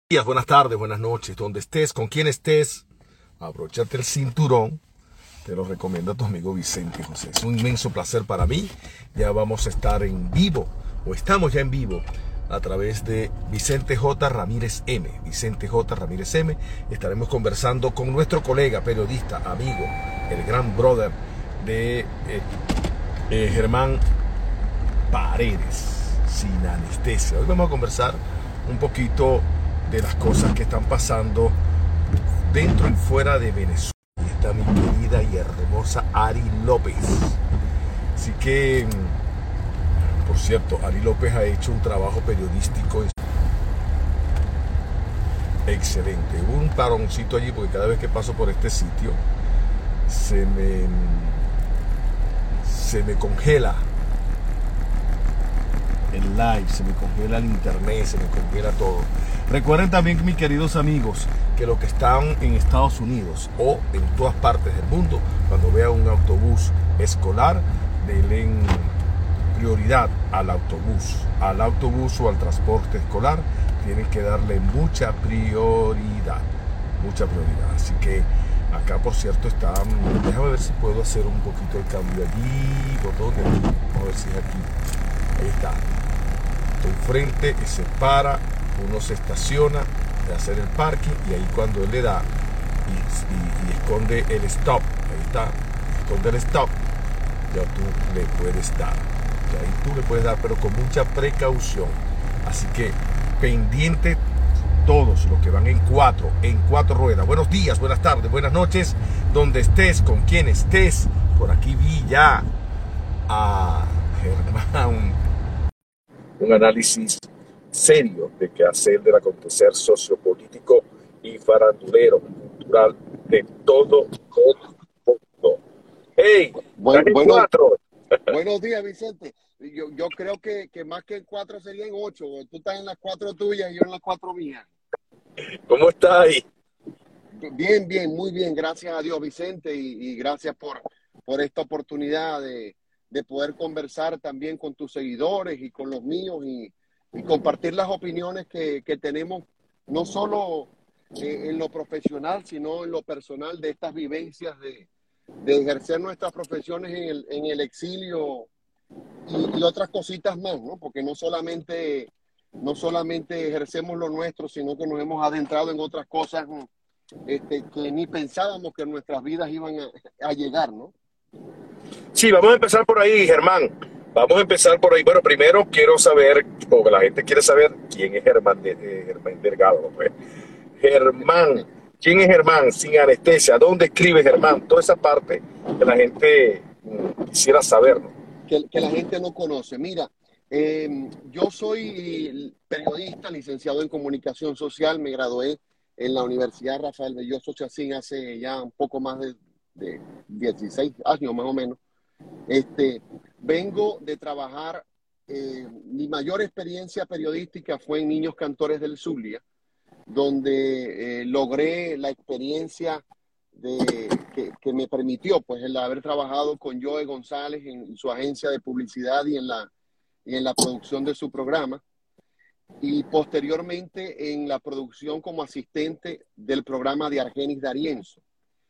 Días, buenas tardes, buenas noches, donde estés, con quien estés, abróchate el cinturón. Te lo recomiendo a tu amigo Vicente José. Es un inmenso placer para mí. Ya vamos a estar en vivo, o estamos ya en vivo, a través de Vicente J. Ramírez M. Vicente J. Ramírez M. Estaremos conversando con nuestro colega, periodista, amigo, el gran brother de Germán Paredes, sin anestesia. Hoy vamos a conversar un poquito de las cosas que están pasando dentro y fuera de Venezuela. Y está mi querida y hermosa Ari López. Así que, por cierto, Ari López ha hecho un trabajo periodístico excelente. Hubo un paroncito allí porque cada vez que paso por este sitio se me congela el live, se me congela el internet, se me congela todo. Recuerden también, mis queridos amigos, que los que están en Estados Unidos o en todas partes del mundo, cuando vean un autobús escolar, denle prioridad al autobús o al transporte escolar. Tienen que darle mucha prioridad. Así que acá, por cierto, está, déjame ver si puedo hacer un poquito el cambio allí, botón de aquí, vamos a ver si es aquí. Ahí está. Estoy frente y se para, uno se estaciona de hacer el parking y ahí cuando él le da y esconde el stop, ahí está, esconde el stop, ya tú le puedes dar, ya ahí tú le puedes dar, pero con mucha precaución. Así que pendiente todos los que van en cuatro ruedas. Buenos días, buenas tardes, buenas noches, donde estés, con quien estés. Por aquí vi ya a Germán. Un análisis serio de qué hacer del acontecer sociopolítico y farandulero, cultural de todo el mundo. ¡Hey! Buenos días, Vicente. Yo creo que más que 4 serían 8. Tú estás en las 4 tuyas y yo en las 4 mías. ¿Cómo estás ahí? Bien, muy bien. Gracias a Dios, Vicente, y gracias por esta oportunidad de poder conversar también con tus seguidores y con los míos y compartir las opiniones que tenemos, no solo en lo profesional, sino en lo personal, de estas vivencias de ejercer nuestras profesiones en el exilio y otras cositas más, ¿no? Porque no solamente ejercemos lo nuestro, sino que nos hemos adentrado en otras cosas que ni pensábamos que nuestras vidas iban a llegar, ¿no? Sí, vamos a empezar por ahí, Germán. Vamos a empezar por ahí. Bueno, primero quiero saber, porque la gente quiere saber quién es Germán Delgado. Pues. Germán, ¿quién es Germán? Sin anestesia. ¿Dónde escribe Germán? Toda esa parte que la gente quisiera saber, ¿no? Que la gente no conoce. Mira, yo soy periodista, licenciado en comunicación social. Me gradué en la Universidad Rafael Belloso Chacín hace ya un poco más de 16 años, más o menos. Vengo de trabajar, mi mayor experiencia periodística fue en Niños Cantores del Zulia, donde logré la experiencia que me permitió pues el haber trabajado con Joe González en su agencia de publicidad y en la producción de su programa, y posteriormente en la producción como asistente del programa de Argenis D'Arienzo.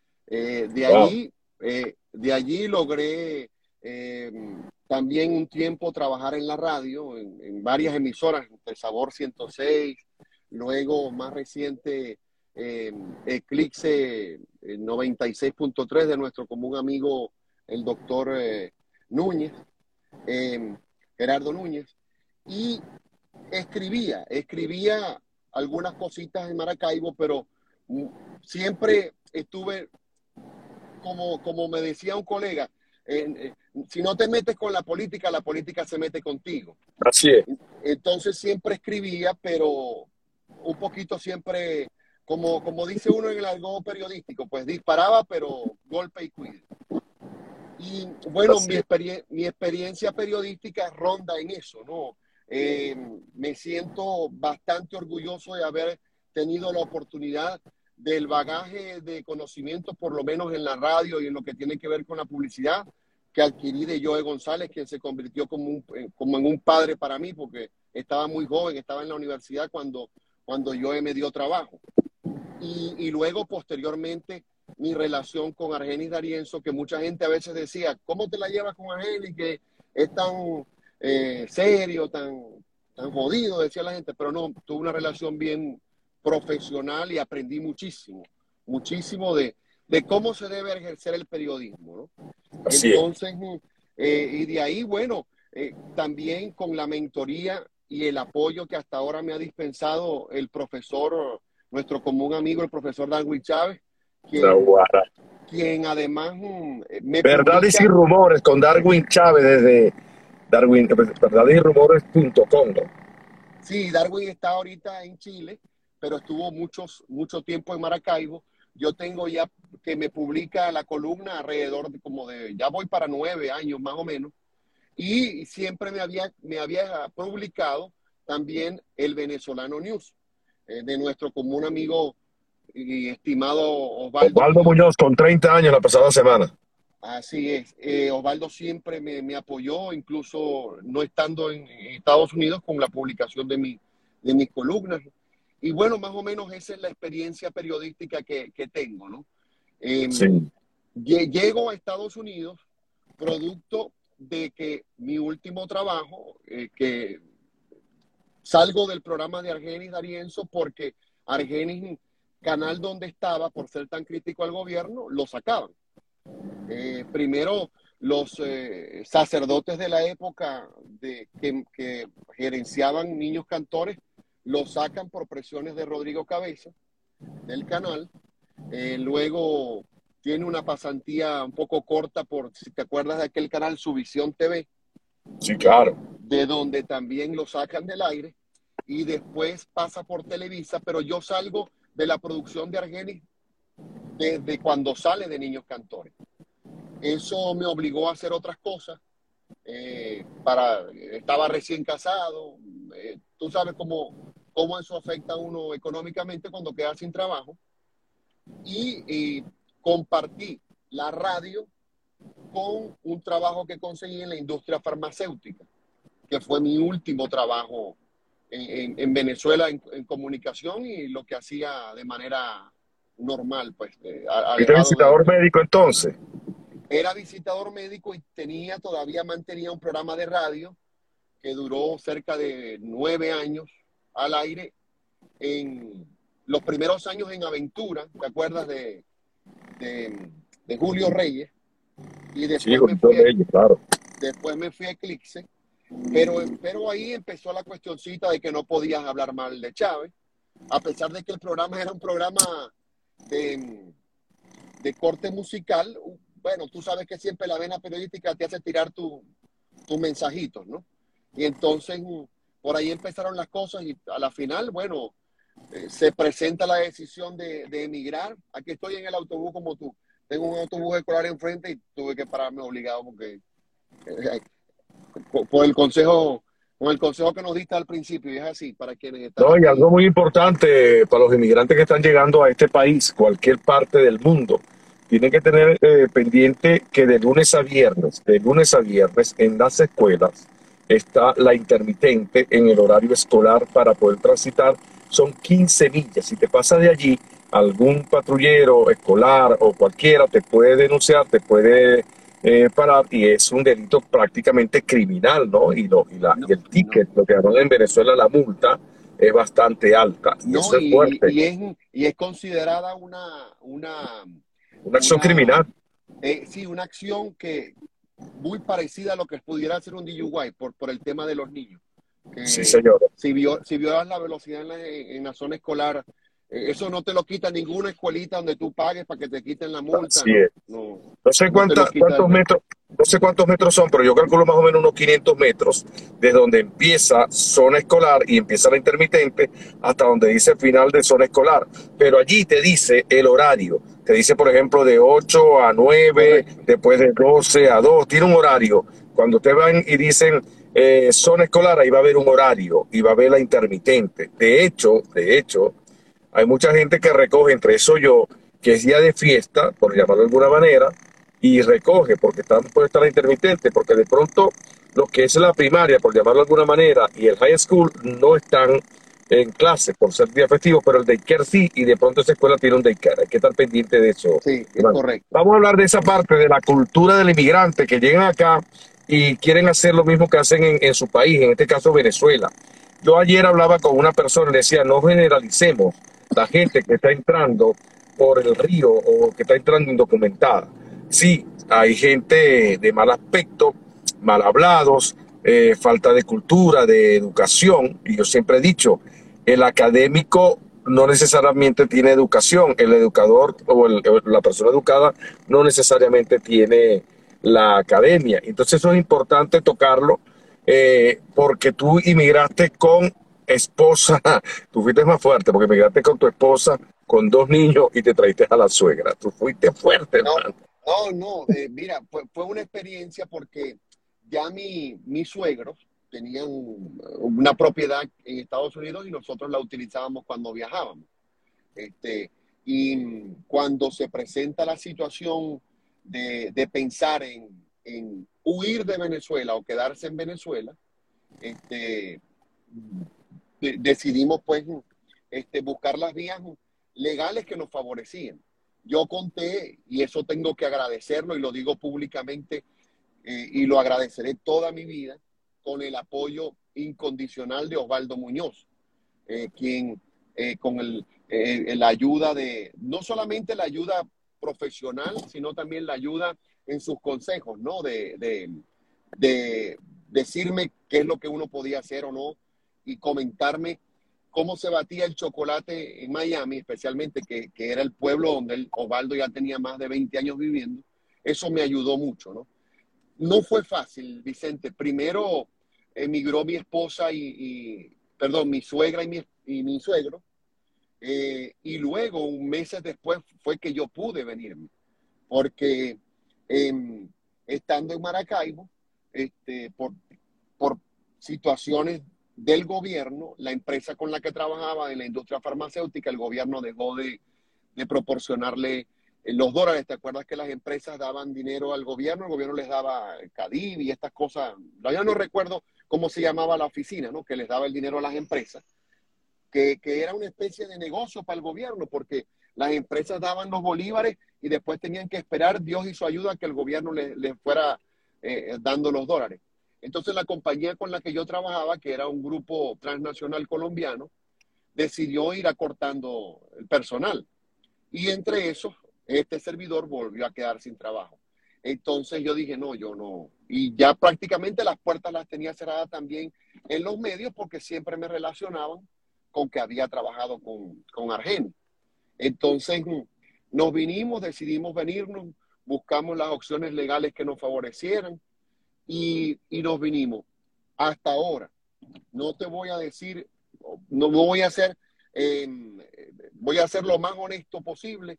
De allí logré también un tiempo trabajar en la radio, en varias emisoras, El Sabor 106, luego más reciente Eclipse 96.3 de nuestro común amigo el doctor Núñez, Gerardo Núñez, y escribía algunas cositas en Maracaibo, pero siempre estuve, como me decía un colega, si no te metes con la política se mete contigo. Así es. Entonces siempre escribía, pero un poquito siempre, como dice uno en el argot periodístico, pues disparaba, pero golpe y cuide. Y bueno, mi experiencia periodística ronda en eso, ¿no? Me siento bastante orgulloso de haber tenido la oportunidad del bagaje de conocimientos, por lo menos en la radio y en lo que tiene que ver con la publicidad, que adquirí de Joe González, quien se convirtió como en un padre para mí, porque estaba muy joven, estaba en la universidad cuando cuando yo me dio trabajo. Y luego, posteriormente, mi relación con Argenis D'Arienzo, que mucha gente a veces decía, ¿cómo te la llevas con Argenis? Que es tan serio, tan jodido, decía la gente, pero no, tuve una relación bien profesional y aprendí muchísimo, muchísimo de cómo se debe ejercer el periodismo, ¿no? Así Entonces, y de ahí, bueno, también con la mentoría y el apoyo que hasta ahora me ha dispensado el profesor, nuestro común amigo, el profesor Darwin Chávez, es. Naguará. quien además me Verdades y publica. rumores con Darwin Chávez desde verdadesyrumores.com, ¿no? Sí, Darwin está ahorita en Chile, pero estuvo mucho tiempo en Maracaibo. Yo tengo ya que me publica la columna alrededor ya voy para 9 años más o menos, y siempre me había publicado también el Venezolano News, de nuestro común amigo y estimado Osvaldo Osvaldo Muñoz. Muñoz con 30 años la pasada semana. Así es. Osvaldo siempre me apoyó, incluso no estando en Estados Unidos, con la publicación de mis columnas. Y bueno, más o menos esa es la experiencia periodística que tengo, ¿no? Sí, Llego a Estados Unidos producto de que mi último trabajo, que salgo del programa de Argenis D'Arienzo porque Argenis, canal donde estaba, por ser tan crítico al gobierno, lo sacaban. Primero, los sacerdotes de la época que gerenciaban niños cantores los sacan por presiones de Rodrigo Cabeza del canal. Luego tiene una pasantía un poco corta si te acuerdas de aquel canal Subvisión TV, sí, claro. de donde también lo sacan del aire, y después pasa por Televisa, pero yo salgo de la producción de Argenis desde cuando sale de Niños Cantores. Eso me obligó a hacer otras cosas. Estaba recién casado. Tú sabes cómo eso afecta a uno económicamente cuando queda sin trabajo. Y compartí la radio con un trabajo que conseguí en la industria farmacéutica, que fue mi último trabajo en Venezuela en comunicación, y lo que hacía de manera normal, pues, ¿Fuiste alejado visitador médico entonces? Era visitador médico y todavía mantenía un programa de radio que duró cerca de 9 años al aire, en los primeros años en Aventura, ¿te acuerdas de Julio Reyes? Y Sí, claro. después me fui a Eclipse, pero ahí empezó la cuestioncita de que no podías hablar mal de Chávez, a pesar de que el programa era un programa de corte musical. Bueno, tú sabes que siempre la vena periodística te hace tirar tus mensajitos, ¿no? Y entonces por ahí empezaron las cosas, y a la final, bueno, se presenta la decisión de emigrar. Aquí estoy en el autobús como tú. Tengo un autobús escolar enfrente y tuve que pararme obligado porque por el consejo, con el consejo que nos diste al principio, y es así, para quienes están No, y aquí. algo muy importante para los inmigrantes que están llegando a este país, cualquier parte del mundo, tienen que tener pendiente que de lunes a viernes, en las escuelas está la intermitente en el horario escolar para poder transitar. Son 15 millas. Si te pasa de allí, algún patrullero escolar o cualquiera te puede denunciar, te puede parar, y es un delito prácticamente criminal, ¿no? Y el ticket, lo que llaman en Venezuela la multa, es bastante alta, y No, eso es fuerte. y es considerada Una acción criminal. Sí, una acción que muy parecida a lo que pudiera ser un DUI por el tema de los niños. Sí, señor. Si violas la velocidad en la zona escolar, eso no te lo quita ninguna escuelita donde tú pagues para que te quiten la multa. Así es. No sé no te lo quita cuántos metros, no sé cuántos metros son, pero yo calculo más o menos unos 500 metros desde donde empieza zona escolar y empieza la intermitente hasta donde dice final de zona escolar. Pero allí te dice el horario. Te dice, por ejemplo, de 8 a 9, Correcto. después de 12 a 2. Tiene un horario. Cuando te van y dicen zona escolar, ahí va a haber un horario y va a haber la intermitente. De hecho, hay mucha gente que recoge, entre eso yo, que es día de fiesta, por llamarlo de alguna manera, y recoge porque puede estar la intermitente, porque de pronto lo que es la primaria, por llamarlo de alguna manera, y el high school no están en clase por ser día festivo, pero el daycare sí, y de pronto esa escuela tiene un daycare. Hay que estar pendiente de eso, Sí, es Iván. correcto. Vamos a hablar de esa parte de la cultura del inmigrante que llegan acá y quieren hacer lo mismo que hacen en su país, en este caso Venezuela. Yo ayer hablaba con una persona y le decía, no generalicemos la gente que está entrando por el río o que está entrando indocumentada. Sí, hay gente de mal aspecto, mal hablados, falta de cultura, de educación, y yo siempre he dicho, el académico no necesariamente tiene educación, el educador o la persona educada no necesariamente tiene la academia. Entonces eso es importante tocarlo porque tú inmigraste con esposa, tú fuiste más fuerte porque inmigraste con tu esposa, con 2 niños y te traiste a la suegra. Tú fuiste fuerte, No, hermano. no, mira, fue una experiencia porque ya mi suegro tenían una propiedad en Estados Unidos y nosotros la utilizábamos cuando viajábamos. Este, y cuando se presenta la situación de pensar en huir de Venezuela o quedarse en Venezuela, este, decidimos pues buscar las vías legales que nos favorecían. Yo conté, y eso tengo que agradecerlo y lo digo públicamente, y lo agradeceré toda mi vida, con el apoyo incondicional de Osvaldo Muñoz, quien con la ayuda de, no solamente la ayuda profesional, sino también la ayuda en sus consejos, ¿no? De decirme qué es lo que uno podía hacer o no y comentarme cómo se batía el chocolate en Miami, especialmente que era el pueblo donde Osvaldo ya tenía más de 20 años viviendo. Eso me ayudó mucho, ¿no? No fue fácil, Vicente. Primero emigró mi esposa perdón, mi suegra y mi suegro. Y luego, un meses después, fue que yo pude venirme. Porque estando en Maracaibo, por situaciones del gobierno, la empresa con la que trabajaba en la industria farmacéutica, el gobierno dejó de proporcionarle los dólares. ¿Te acuerdas que las empresas daban dinero al gobierno? El gobierno les daba CADIV y estas cosas. Ya no recuerdo cómo se llamaba la oficina, ¿no? Que les daba el dinero a las empresas, que era una especie de negocio para el gobierno, porque las empresas daban los bolívares y después tenían que esperar Dios y su ayuda que el gobierno les fuera dando los dólares. Entonces la compañía con la que yo trabajaba, que era un grupo transnacional colombiano, decidió ir acortando el personal. Y entre esos, este servidor volvió a quedar sin trabajo. Entonces yo dije, no, yo no. Y ya prácticamente las puertas las tenía cerradas también en los medios porque siempre me relacionaban con que había trabajado con Argeni. Entonces nos vinimos, decidimos venirnos, buscamos las opciones legales que nos favorecieran y nos vinimos. Hasta ahora, no te voy a decir, no voy a hacer, eh, voy a ser lo más honesto posible.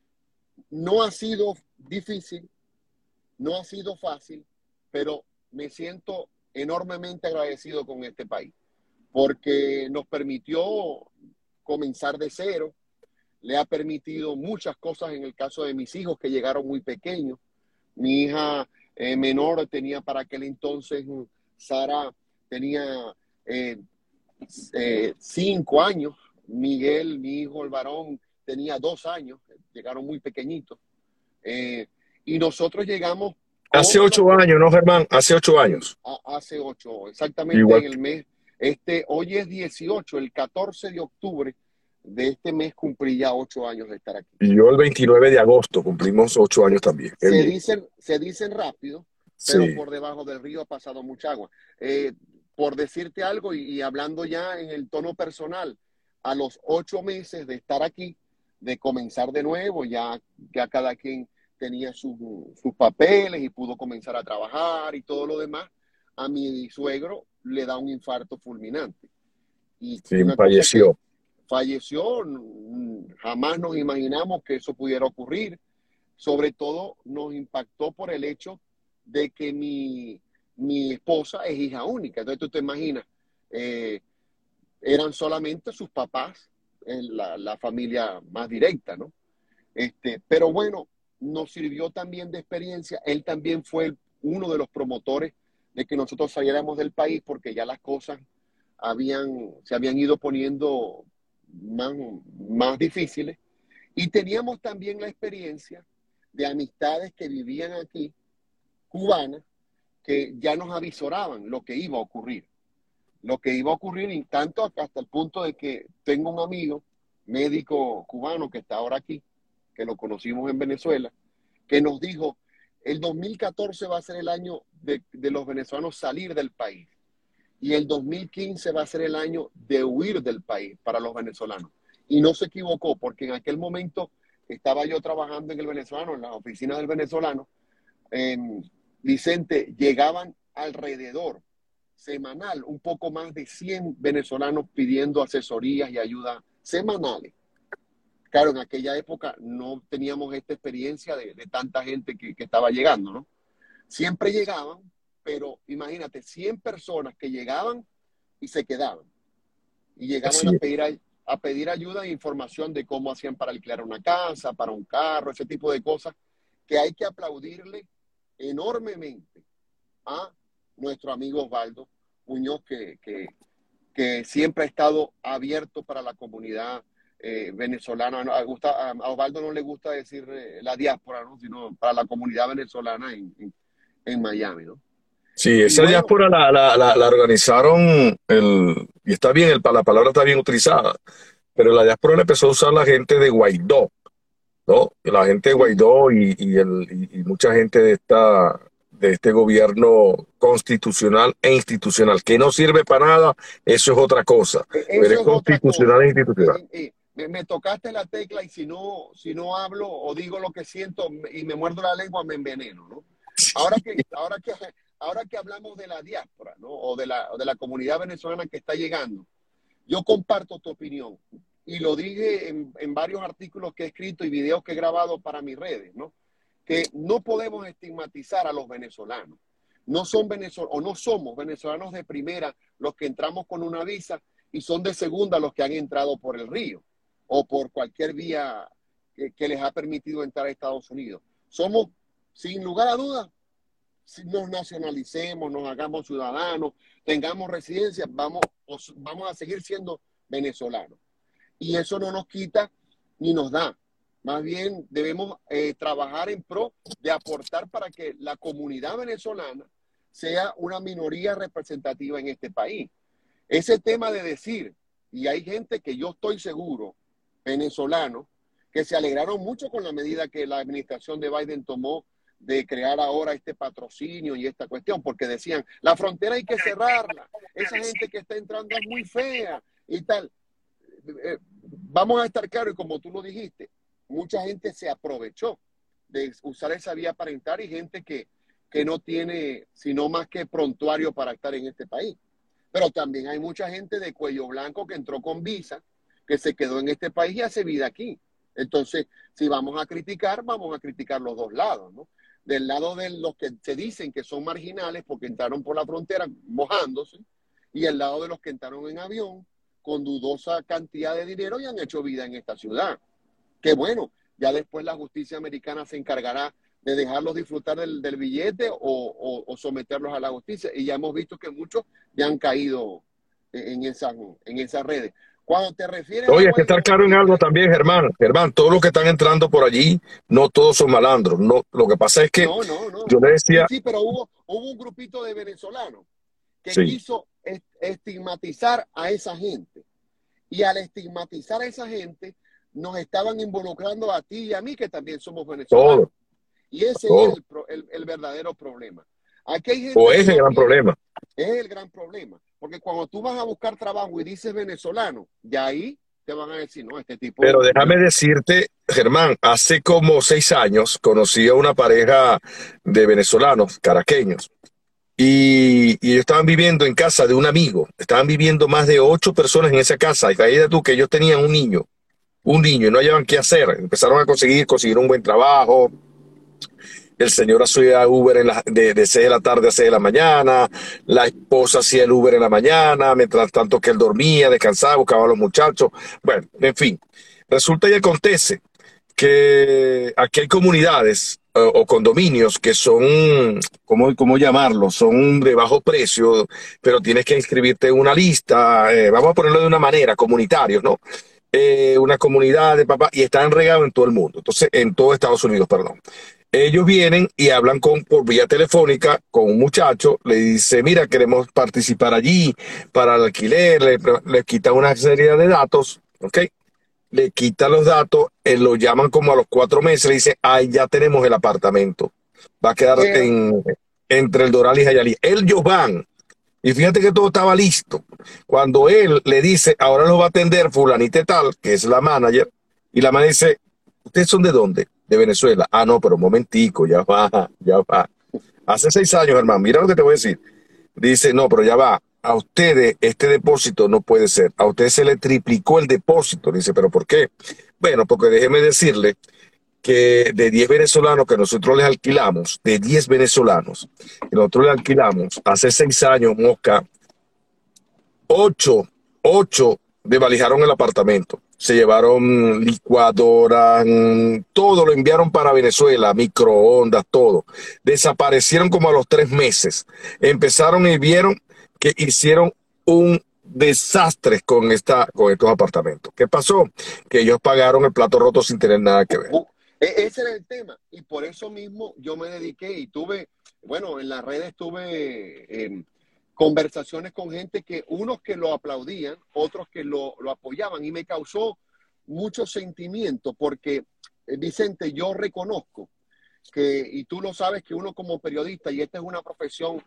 No ha sido difícil, no ha sido fácil, pero me siento enormemente agradecido con este país, porque nos permitió comenzar de cero, le ha permitido muchas cosas en el caso de mis hijos que llegaron muy pequeños. Mi hija menor tenía para aquel entonces, Sara tenía eh, 5 años, Miguel, mi hijo el varón, tenía 2 años, llegaron muy pequeñitos. Y nosotros llegamos Hace con la 8 años, ¿no, Germán? Hace ocho sí, años. hace 8, exactamente Igual en el mes, hoy es 18, el 14 de octubre de este mes cumplí ya 8 años de estar aquí. y yo el 29 de agosto cumplimos 8 años también. Qué Se bien. dicen, se dicen rápido, pero Sí. por debajo del río ha pasado mucha agua. Eh, por decirte algo y hablando ya en el tono personal, a los 8 meses de estar aquí, de comenzar de nuevo, ya cada quien tenía sus papeles y pudo comenzar a trabajar y todo lo demás, a mi suegro le da un infarto fulminante. Y Sí, una cosa que falleció. falleció, jamás nos imaginamos que eso pudiera ocurrir. Sobre todo nos impactó por el hecho de que mi esposa es hija única. Entonces tú te imaginas, eh, eran solamente sus papás, la familia más directa, ¿no? Pero bueno, nos sirvió también de experiencia. Él también fue uno de los promotores de que nosotros saliéramos del país porque ya las cosas, se habían ido poniendo más difíciles. Y teníamos también la experiencia de amistades que vivían aquí, cubanas, que ya nos avisoraban lo que iba a ocurrir. Lo que iba a ocurrir, y tanto hasta el punto de que tengo un amigo, médico cubano que está ahora aquí, que lo conocimos en Venezuela, que nos dijo, el 2014 va a ser el año de los venezolanos salir del país. Y el 2015 va a ser el año de huir del país para los venezolanos. Y no se equivocó, porque en aquel momento estaba yo trabajando en el venezolano, en las oficinas del venezolano. Vicente, llegaban alrededor, semanal, un poco más de 100 venezolanos pidiendo asesorías y ayuda semanales. Claro, en aquella época no teníamos esta experiencia de tanta gente que estaba llegando, ¿no? Siempre llegaban, pero imagínate, 100 personas que llegaban y se quedaban. Y llegaban a pedir ayuda e información de cómo hacían para alquilar una casa, para un carro, ese tipo de cosas, que hay que aplaudirle enormemente a nuestro amigo Osvaldo Muñoz, que siempre ha estado abierto para la comunidad venezolana. A Osvaldo no le gusta decir la diáspora, ¿no? Sino para la comunidad venezolana en Miami, ¿no? Sí, esa diáspora la organizaron, y está bien, la palabra está bien utilizada, pero la diáspora la empezó a usar la gente de Guaidó, ¿no? La gente de Guaidó y mucha gente de este gobierno constitucional e institucional, que no sirve para nada, eso es otra cosa, pero es constitucional e institucional. Me tocaste la tecla, y si no hablo o digo lo que siento y me muerdo la lengua, me enveneno, ¿no? Ahora que hablamos de la diáspora, ¿no? O de la comunidad venezolana que está llegando, yo comparto tu opinión y lo dije en varios artículos que he escrito y videos que he grabado para mis redes, ¿no? Que no podemos estigmatizar a los venezolanos. No somos venezolanos de primera los que entramos con una visa, y son de segunda los que han entrado por el río o por cualquier vía que les ha permitido entrar a Estados Unidos. Somos, sin lugar a dudas, si nos nacionalicemos, nos hagamos ciudadanos, tengamos residencia, vamos a seguir siendo venezolanos. Y eso no nos quita ni nos da. Más bien debemos trabajar en pro de aportar para que la comunidad venezolana sea una minoría representativa en este país. Ese tema de decir, y hay gente que yo estoy seguro, venezolanos, que se alegraron mucho con la medida que la administración de Biden tomó de crear ahora este patrocinio y esta cuestión, porque decían, la frontera hay que cerrarla, esa gente que está entrando es muy fea y tal. Vamos a estar claros, y como tú lo dijiste, mucha gente se aprovechó de usar esa vía para entrar, y gente que no tiene sino más que prontuario para estar en este país. Pero también hay mucha gente de cuello blanco que entró con visa, que se quedó en este país y hace vida aquí. Entonces, si vamos a criticar los dos lados, ¿no? Del lado de los que se dicen que son marginales porque entraron por la frontera mojándose, y el lado de los que entraron en avión con dudosa cantidad de dinero y han hecho vida en esta ciudad. Que bueno, ya después la justicia americana se encargará de dejarlos disfrutar del billete o someterlos a la justicia. Y ya hemos visto que muchos ya han caído en esas redes. Cuando te refieres Oye, hay que estar claro en algo también, Germán. Germán, todos los que están entrando por allí, no todos son malandros. No, lo que pasa es que yo le decía... Sí, pero hubo un grupito de venezolanos que quiso estigmatizar a esa gente. Y al estigmatizar a esa gente, nos estaban involucrando a ti y a mí, que también somos venezolanos. Y ese es el verdadero problema. Aquí hay gente es el gran problema. Es el gran problema. Porque cuando tú vas a buscar trabajo y dices venezolano, ya ahí te van a decir, no, este tipo... Pero déjame decirte, Germán, hace como 6 años conocí a una pareja de venezolanos, caraqueños, y ellos estaban viviendo en casa de un amigo. Estaban viviendo más de 8 personas en esa casa. Y fíjate tú que ellos tenían un niño, y no hallaban qué hacer. Empezaron a conseguir un buen trabajo. El señor hacía Uber de 6 de la tarde a 6 de la mañana, la esposa hacía el Uber en la mañana, mientras tanto que él dormía, descansaba, buscaba a los muchachos. Bueno, en fin, resulta y acontece que aquí hay comunidades o condominios que son, ¿cómo llamarlo? Son de bajo precio, pero tienes que inscribirte en una lista, vamos a ponerlo de una manera, comunitarios, ¿no? Una comunidad de papás y están regados en todo el mundo, entonces en todo Estados Unidos, perdón. Ellos vienen y hablan por vía telefónica con un muchacho, le dice, mira, queremos participar allí para el alquiler, le quita una serie de datos, ¿ok? Le quita los datos, lo llaman como a los 4 meses, le dice, ay, ya tenemos el apartamento, va a quedar Pero, entre el Doral y Hialeah. Ellos van, y fíjate que todo estaba listo. Cuando él le dice, ahora lo va a atender fulanita y tal, que es la manager, y la manager dice, ¿ustedes son de dónde? De Venezuela. Ah, no, pero un momentico, ya va, ya va. Hace 6 años, hermano, mira lo que te voy a decir. Dice, no, pero ya va. A ustedes este depósito no puede ser. A ustedes se le triplicó el depósito. Dice, ¿pero por qué? Bueno, porque déjeme decirle que de 10 venezolanos que nosotros les alquilamos, de 10 venezolanos que nosotros les alquilamos hace 6 años, Mosca, 8 desvalijaron el apartamento. Se llevaron licuadoras, todo lo enviaron para Venezuela, microondas, todo. Desaparecieron como a los 3 meses. Empezaron y vieron que hicieron un desastre con estos apartamentos. ¿Qué pasó? Que ellos pagaron el plato roto sin tener nada que ver. ese era el tema. Y por eso mismo yo me dediqué y tuve, bueno, en las redes tuve conversaciones con gente que unos que lo aplaudían, otros que lo apoyaban y me causó mucho sentimiento porque, Vicente, yo reconozco que, y tú lo sabes, que uno como periodista, y esta es una profesión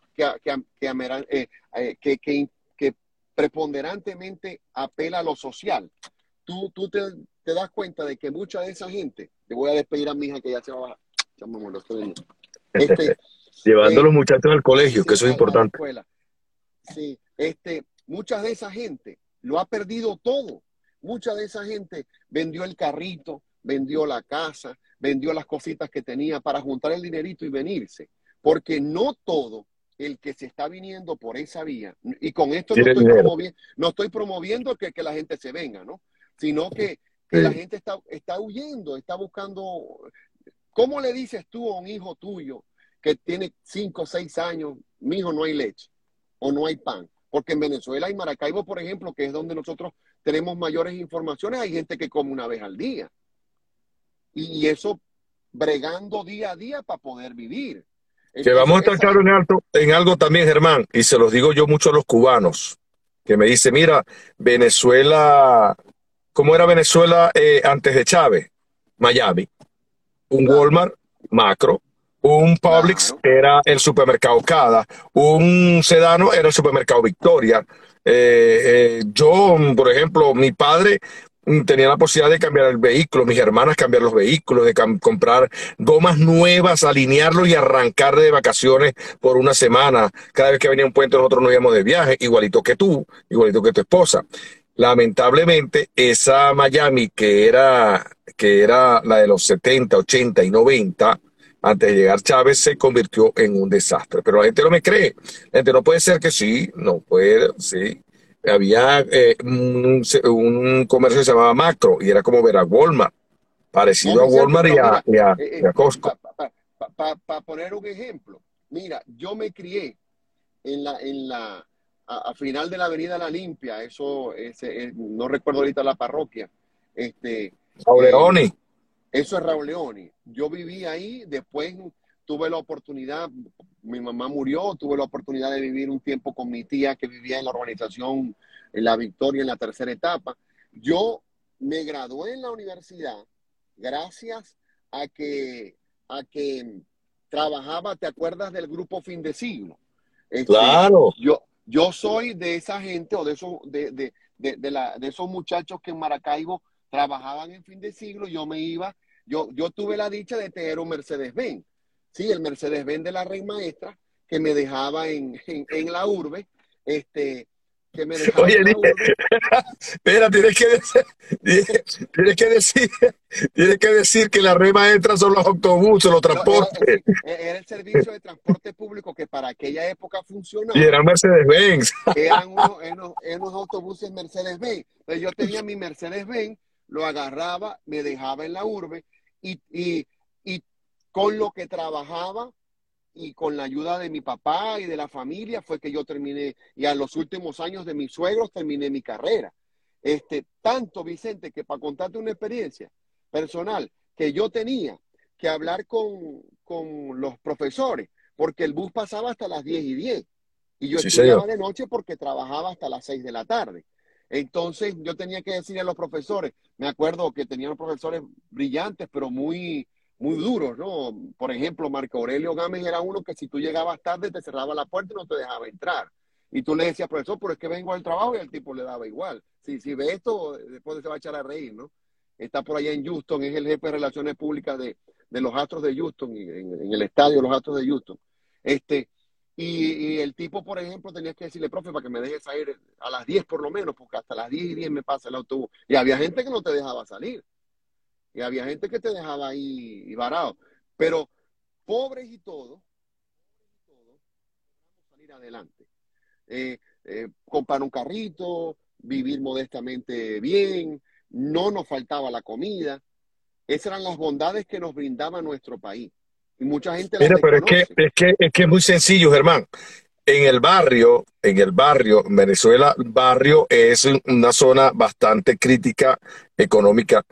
que preponderantemente apela a lo social, tú te das cuenta de que mucha de esa gente, te voy a despedir a mi hija que ya se va a bajar, ya me molestó de mí. Este, Llevando a eh, los muchachos al colegio, que sí, eso es a la importante. escuela. Sí, mucha de esa gente lo ha perdido todo. Mucha de esa gente vendió el carrito, vendió la casa, vendió las cositas que tenía para juntar el dinerito y venirse. Porque no todo el que se está viniendo por esa vía, y con esto Tiene dinero. no estoy promoviendo que la gente se venga, ¿no? Sino que la Sí. gente está huyendo, está buscando. ¿Cómo le dices tú a un hijo tuyo que tiene 5 o 6 años, mi hijo, no hay leche o no hay pan? Porque en Venezuela y Maracaibo, por ejemplo, que es donde nosotros tenemos mayores informaciones, hay gente que come una vez al día. Y eso bregando día a día para poder vivir. Que vamos Entonces, a estar claros en algo también, Germán, y se los digo yo mucho a los cubanos, que me dice, mira, Venezuela, ¿cómo era Venezuela antes de Chávez? Miami, un claro, Walmart, Macro, un Publix claro. era el supermercado Cada, un Sedano era el supermercado Victoria. Yo, por ejemplo, mi padre tenía la posibilidad de cambiar el vehículo, mis hermanas cambiar los vehículos, de comprar gomas nuevas, alinearlos y arrancar de vacaciones por una semana. Cada vez que venía un puente nosotros nos íbamos de viaje, igualito que tú, igualito que tu esposa. Lamentablemente, esa Miami que era la de los 70, 80 y 90, antes de llegar Chávez, se convirtió en un desastre. Pero la gente no me cree. La gente no puede ser que sí, no puede, sí. Había un comercio que se llamaba Macro y era como ver a Walmart, No, parecido a Vicente, Walmart y pero a, mira, y a, y a Costco. para poner un ejemplo, mira, yo me crié a final de la Avenida La Limpia, no recuerdo ahorita la parroquia, Auleoni. em, eso es Raúl Leoni. Yo viví ahí, después tuve la oportunidad, mi mamá murió, tuve la oportunidad de vivir un tiempo con mi tía que vivía en la urbanización en La Victoria en la tercera etapa. Yo me gradué en la universidad gracias a que trabajaba, ¿te acuerdas del grupo Fin de Siglo? Claro. Yo soy de esa gente o de esos muchachos que en Maracaibo trabajaban en Fin de Siglo. Yo tuve la dicha de tener un Mercedes-Benz, sí, el Mercedes-Benz de la Red Maestra, que me dejaba en la urbe, que me dejaba Oye, en la urbe. espera, tienes que decir, tienes que decir que la red maestra son los autobuses, los No, era, transportes, sí, era el servicio de transporte público que para aquella época y funcionaba. eran Mercedes-Benz. Eran unos autobuses Mercedes-Benz. Entonces yo tenía mi Mercedes-Benz, lo agarraba, me dejaba en la urbe y Con lo que trabajaba y con la ayuda de mi papá y de la familia fue que yo terminé, y a los últimos años de mis suegros terminé mi carrera. Tanto, Vicente, que para contarte una experiencia personal, que yo tenía que hablar con los profesores, porque el bus pasaba hasta las 10:10, y yo Sí, señor. estudiaba de noche porque trabajaba hasta las 6 de la tarde. Entonces yo tenía que decirle a los profesores, me acuerdo que tenían profesores brillantes, pero muy duros, ¿no? Por ejemplo, Marco Aurelio Gámez era uno que si tú llegabas tarde te cerraba la puerta y no te dejaba entrar. Y tú le decías, profesor, pero es que vengo al trabajo, y al tipo le daba igual. Si ve esto, después se va a echar a reír, ¿no? Está por allá en Houston, es el jefe de relaciones públicas de los Astros de Houston, en el estadio de los Astros de Houston. Este, y el tipo, por ejemplo, tenía que decirle, profe, para que me dejes salir a las 10 por lo menos, porque hasta las 10:10 me pasa el autobús. Y había gente que no te dejaba salir. Y había gente que te dejaba ahí y varado. Pero pobres y todo, logramos salir adelante. Comprar un carrito, vivir modestamente bien, no nos faltaba la comida. Esas eran las bondades que nos brindaba nuestro país. Y mucha gente las Mira, pero es que, desconoce. es que, es que es muy sencillo, Germán. En Venezuela, barrio es una zona bastante crítica económica,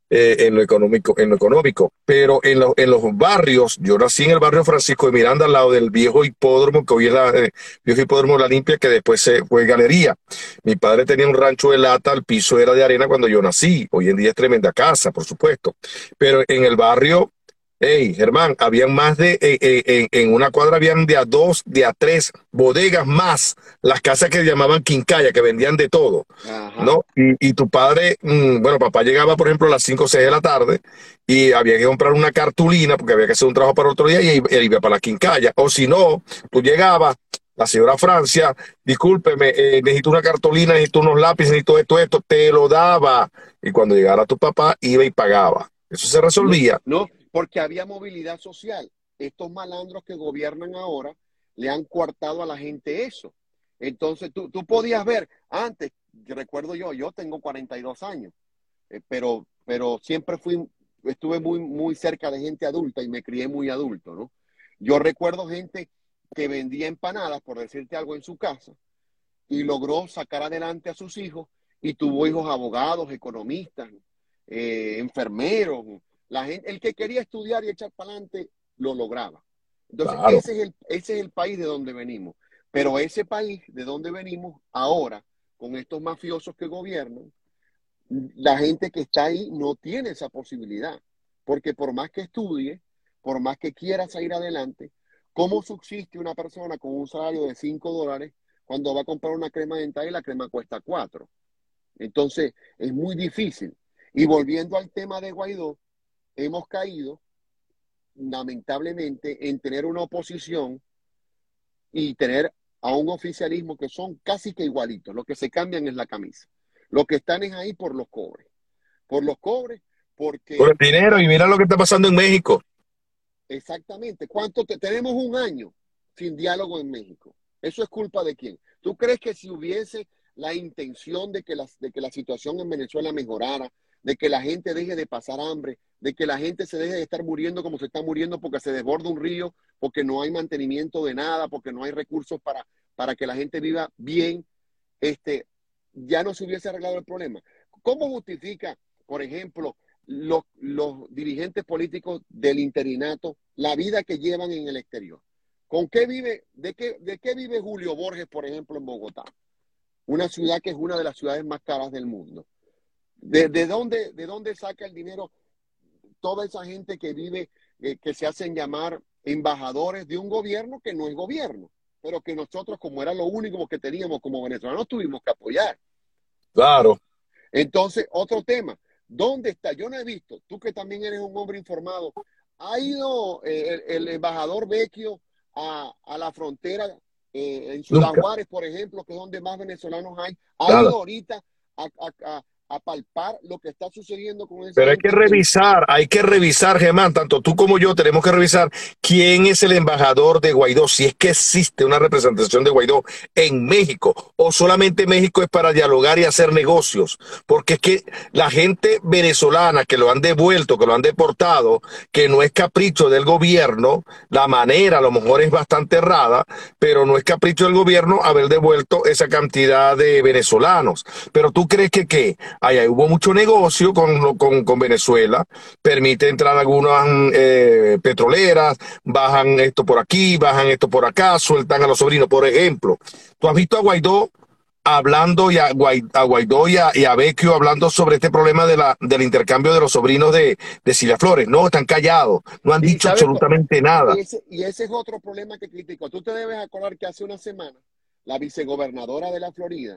en lo económico. Pero en los barrios, yo nací en el barrio Francisco de Miranda, al lado del viejo hipódromo, que hoy es viejo hipódromo La Limpia, que después se fue galería. Mi padre tenía un rancho de lata, el piso era de arena cuando yo nací. Hoy en día es tremenda casa, por supuesto. Pero en el barrio, hey, Germán, habían más en una cuadra habían de a dos, de a tres bodegas más las casas que llamaban quincalla, que vendían de todo, Ajá. ¿no? Y tu padre, bueno, papá llegaba, por ejemplo, a las 5 o 6 de la tarde y había que comprar una cartulina porque había que hacer un trabajo para otro día y él iba para la quincalla. O si no, tú llegabas, la señora Francia, discúlpeme, necesito una cartulina, necesito unos lápices, necesito esto, te lo daba. Y cuando llegara tu papá, iba y pagaba. Eso se No, resolvía. no, porque había movilidad social. Estos malandros que gobiernan ahora le han coartado a la gente eso. Entonces tú podías ver, antes, recuerdo yo tengo 42 años, pero siempre estuve muy cerca de gente adulta y me crié muy adulto, ¿no? Yo recuerdo gente que vendía empanadas, por decirte algo, en su casa y logró sacar adelante a sus hijos y tuvo hijos abogados, economistas, enfermeros. El que quería estudiar y echar para adelante lo lograba. Entonces, Claro. ese es el país de donde venimos. Pero ese país de donde venimos ahora, con estos mafiosos que gobiernan, la gente que está ahí no tiene esa posibilidad, porque por más que estudie, por más que quiera salir adelante, ¿cómo subsiste una persona con un salario de $5 cuando va a comprar una crema dental y la crema cuesta 4? Entonces, es muy difícil. Y volviendo al tema de Guaidó, hemos caído, lamentablemente, en tener una oposición y tener a un oficialismo que son casi que igualitos. Lo que se cambian es la camisa. Lo que están es ahí por los cobres. Por los cobres, Por porque el dinero y mira lo que está pasando en México. exactamente, tenemos un año sin diálogo en México? ¿Eso es culpa de quién? ¿Tú crees que si hubiese la intención de que la situación en Venezuela mejorara, de que la gente deje de pasar hambre, de que la gente se deje de estar muriendo como se está muriendo porque se desborda un río, porque no hay mantenimiento de nada, porque no hay recursos para que la gente viva bien, ya no se hubiese arreglado el problema? ¿Cómo justifica, por ejemplo, los dirigentes políticos del interinato la vida que llevan en el exterior? ¿Con qué vive, de qué vive Julio Borges, por ejemplo, en Bogotá? Una ciudad que es una de las ciudades más caras del mundo. ¿De dónde saca el dinero toda esa gente que vive, que se hacen llamar embajadores de un gobierno que no es gobierno, pero que nosotros, como era lo único que teníamos como venezolanos, tuvimos que apoyar? Claro. Entonces, otro tema, ¿dónde está? Yo no he visto, tú que también eres un hombre informado, ¿ha ido el embajador Vecchio a la frontera en Ciudad Nunca. Juárez, por ejemplo, que es donde más venezolanos hay? ¿Ha ido Nada. ahorita a, a palpar lo que está sucediendo con esa Pero gente. hay que revisar, Germán, tanto tú como yo tenemos que revisar quién es el embajador de Guaidó, si es que existe una representación de Guaidó en México, o solamente México es para dialogar y hacer negocios, porque es que la gente venezolana que lo han devuelto, que lo han deportado, que no es capricho del gobierno, la manera a lo mejor es bastante errada, pero no es capricho del gobierno haber devuelto esa cantidad de venezolanos. Pero tú crees que, ¿qué? Allá hubo mucho negocio con Venezuela, permite entrar algunas petroleras, bajan esto por aquí, bajan esto por acá, sueltan a los sobrinos. Por ejemplo, tú has visto a Guaidó hablando a Guaidó y a Vecchio hablando sobre este problema del intercambio de los sobrinos de Cilia Flores. No, están callados, no han Y dicho sabes, absolutamente nada. ese es otro problema que critico. Tú te debes acordar que hace una semana la vicegobernadora de la Florida,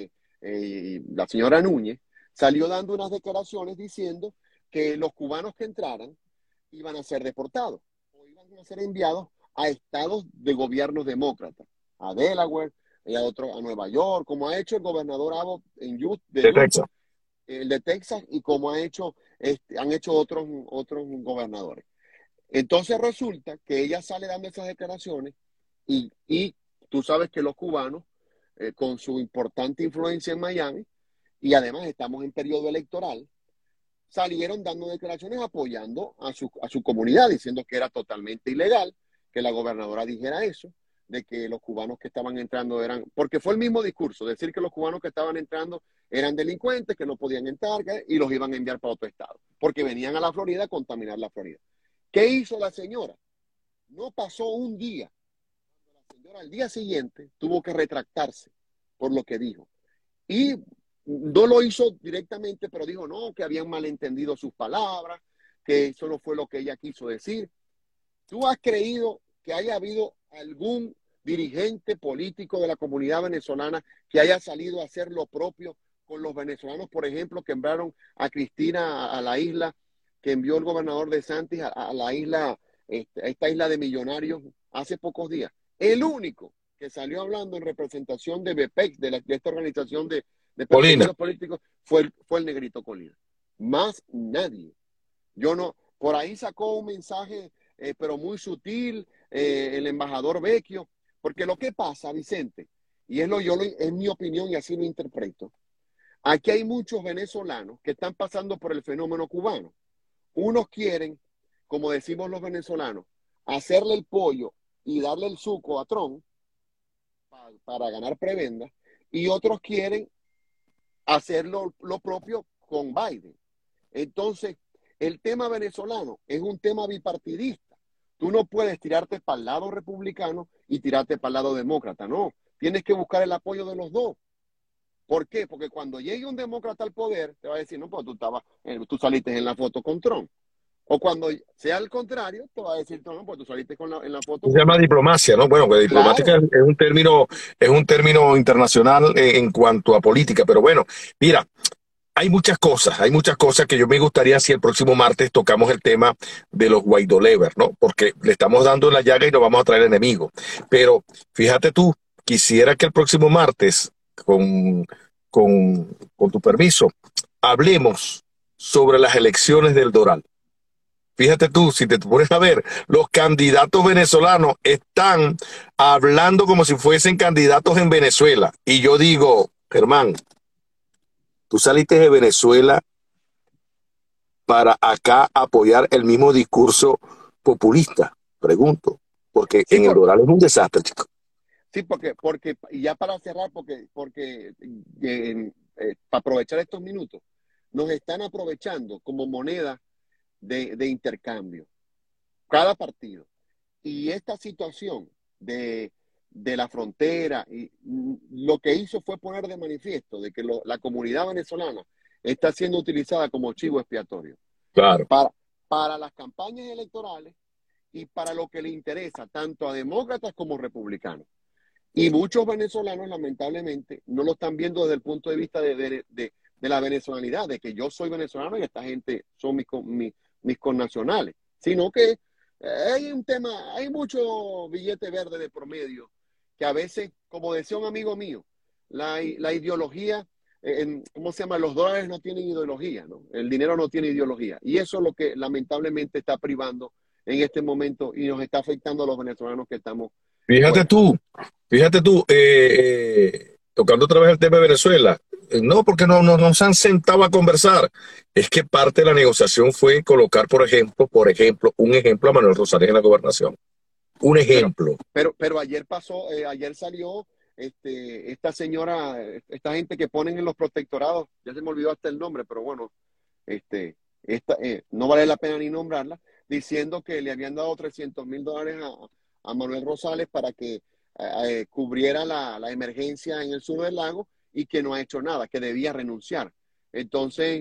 la señora Núñez, salió dando unas declaraciones diciendo que los cubanos que entraran iban a ser deportados o iban a ser enviados a estados de gobiernos demócratas, a Delaware y a Nueva York, como ha hecho el gobernador Abbott de De Utah, Texas. el de Texas, y como han hecho otros gobernadores. Entonces resulta que ella sale dando esas declaraciones y tú sabes que los cubanos, con su importante influencia en Miami, y además estamos en periodo electoral, salieron dando declaraciones apoyando a su comunidad, diciendo que era totalmente ilegal que la gobernadora dijera eso, de que los cubanos que estaban entrando eran, porque fue el mismo discurso, decir que los cubanos que estaban entrando eran delincuentes, que no podían entrar y los iban a enviar para otro estado, porque venían a la Florida a contaminar la Florida. ¿Qué hizo la señora? No pasó un día. La señora al día siguiente tuvo que retractarse por lo que dijo. Y no lo hizo directamente, pero dijo no, que habían malentendido sus palabras, que eso no fue lo que ella quiso decir. ¿Tú has creído que haya habido algún dirigente político de la comunidad venezolana que haya salido a hacer lo propio con los venezolanos, por ejemplo, que enviaron a Cristina a la isla, que envió el gobernador de Santis a la isla, a esta isla de millonarios hace pocos días? El único que salió hablando en representación de BPEC, de esta organización de Colina. perseguidos políticos, fue el negrito Colina. Más nadie. Yo no, por ahí sacó un mensaje, pero muy sutil, el embajador Vecchio, porque lo que pasa, Vicente, y es mi opinión y así lo interpreto, aquí hay muchos venezolanos que están pasando por el fenómeno cubano. Unos quieren, como decimos los venezolanos, hacerle el pollo y darle el suco a Trump para ganar prebenda, y otros quieren hacer lo propio con Biden. Entonces, el tema venezolano es un tema bipartidista. Tú no puedes tirarte para el lado republicano y tirarte para el lado demócrata, no. Tienes que buscar el apoyo de los dos. ¿Por qué? Porque cuando llegue un demócrata al poder, te va a decir, no, pues tú saliste en la foto con Trump. O cuando sea al contrario, te va a decir, no, pues tú saliste en la foto Se con llama Trump. diplomacia, ¿no? Bueno, que diplomática Claro. es un término internacional en cuanto a política, pero bueno, mira, hay muchas cosas que yo me gustaría si el próximo martes tocamos el tema de los Guaidó lovers, ¿no? Porque le estamos dando la llaga y nos vamos a traer enemigos. Pero fíjate tú, quisiera que el próximo martes, con tu permiso, hablemos sobre las elecciones del Doral. Fíjate tú, si te pones a ver, los candidatos venezolanos están hablando como si fuesen candidatos en Venezuela. Y yo digo, Germán, tú saliste de Venezuela para acá apoyar el mismo discurso populista, pregunto, porque Sí, en el Doral es un desastre, chico. sí, y ya para cerrar, para aprovechar estos minutos, nos están aprovechando como moneda de intercambio, cada partido. Y esta situación de la frontera, lo que hizo fue poner de manifiesto de que la comunidad venezolana está siendo utilizada como chivo expiatorio Claro. para, para las campañas electorales y para lo que le interesa tanto a demócratas como republicanos. Y muchos venezolanos, lamentablemente, no lo están viendo desde el punto de vista de la venezolanidad, de que yo soy venezolano y esta gente son mis connacionales, sino que hay un tema, hay mucho billete verde de promedio, que a veces, como decía un amigo mío, la ideología ¿cómo se llama? Los dólares no tienen ideología, ¿no? El dinero no tiene ideología. Y eso es lo que lamentablemente está privando en este momento y nos está afectando a los venezolanos que estamos Fíjate fuera. tú, fíjate tú, tocando otra vez el tema de Venezuela. No, porque no se han sentado a conversar. Es que parte de la negociación fue colocar, un ejemplo a Manuel Rosales en la gobernación. Un Pero, ejemplo. pero ayer salió esta señora, esta gente que ponen en los protectorados, ya se me olvidó hasta el nombre, pero bueno, no vale la pena ni nombrarla, diciendo que le habían dado $300,000 a Manuel Rosales para que cubriera la emergencia en el sur del lago y que no ha hecho nada, que debía renunciar. Entonces,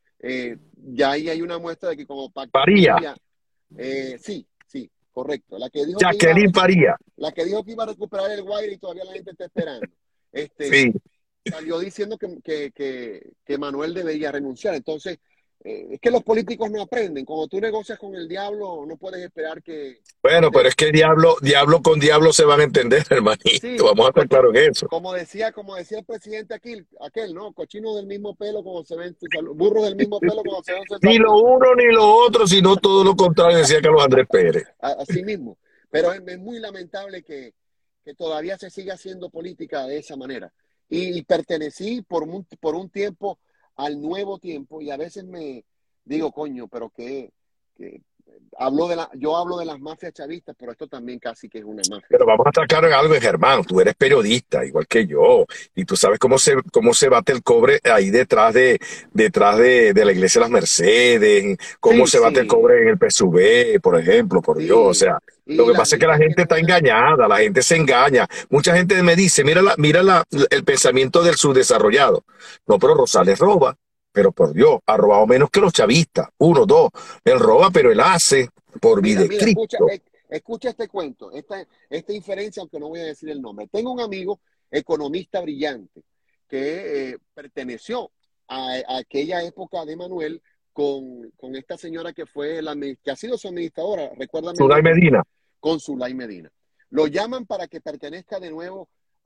ya ahí hay una muestra de que como pacto Paría, previa, sí, sí, correcto. Jacqueline Paría. La que dijo que iba a recuperar el Guaire y todavía la gente está esperando. Sí. Salió diciendo que Manuel debería renunciar. Entonces, es que los políticos no aprenden. Cuando tú negocias con el diablo, no puedes esperar que... Bueno, pero es que diablo con diablo se van a entender, hermanito. Sí, Vamos a estar claros en eso. como decía el presidente aquel, ¿no? Cochino del mismo pelo como se ven sus saludos, burro del mismo pelo como se ven sus Ni lo saludos. uno ni lo otro, sino todo lo contrario, decía Carlos Andrés Pérez. Así mismo. Pero es muy lamentable que todavía se siga haciendo política de esa manera. Y pertenecí por un tiempo al nuevo tiempo y a veces me digo, coño, pero que yo hablo de las mafias chavistas, pero esto también casi que es una mafia. Pero vamos a estar claros en algo, Germán. Tú eres periodista, igual que yo, y tú sabes cómo se bate el cobre ahí detrás de la iglesia de las Mercedes, cómo Sí, se bate el sí, cobre en el PSV, por ejemplo, por Dios. O sí. sea, lo Y que la pasa es que la gente que gente no está ve la... engañada, la gente se engaña. Mucha gente me dice, el pensamiento del subdesarrollado. No, pero Rosales roba. Pero por Dios, ha robado menos que los chavistas. Uno, dos. Él roba, pero él hace por vida de Mira, Cristo. escucha este cuento, esta inferencia, aunque no voy a decir el nombre. Tengo un amigo economista brillante que perteneció a aquella época de Manuel con esta señora que ha sido su administradora, recuérdame el Zulay nombre, Medina. con Zulay Medina. Lo llaman para que pertenezca de nuevo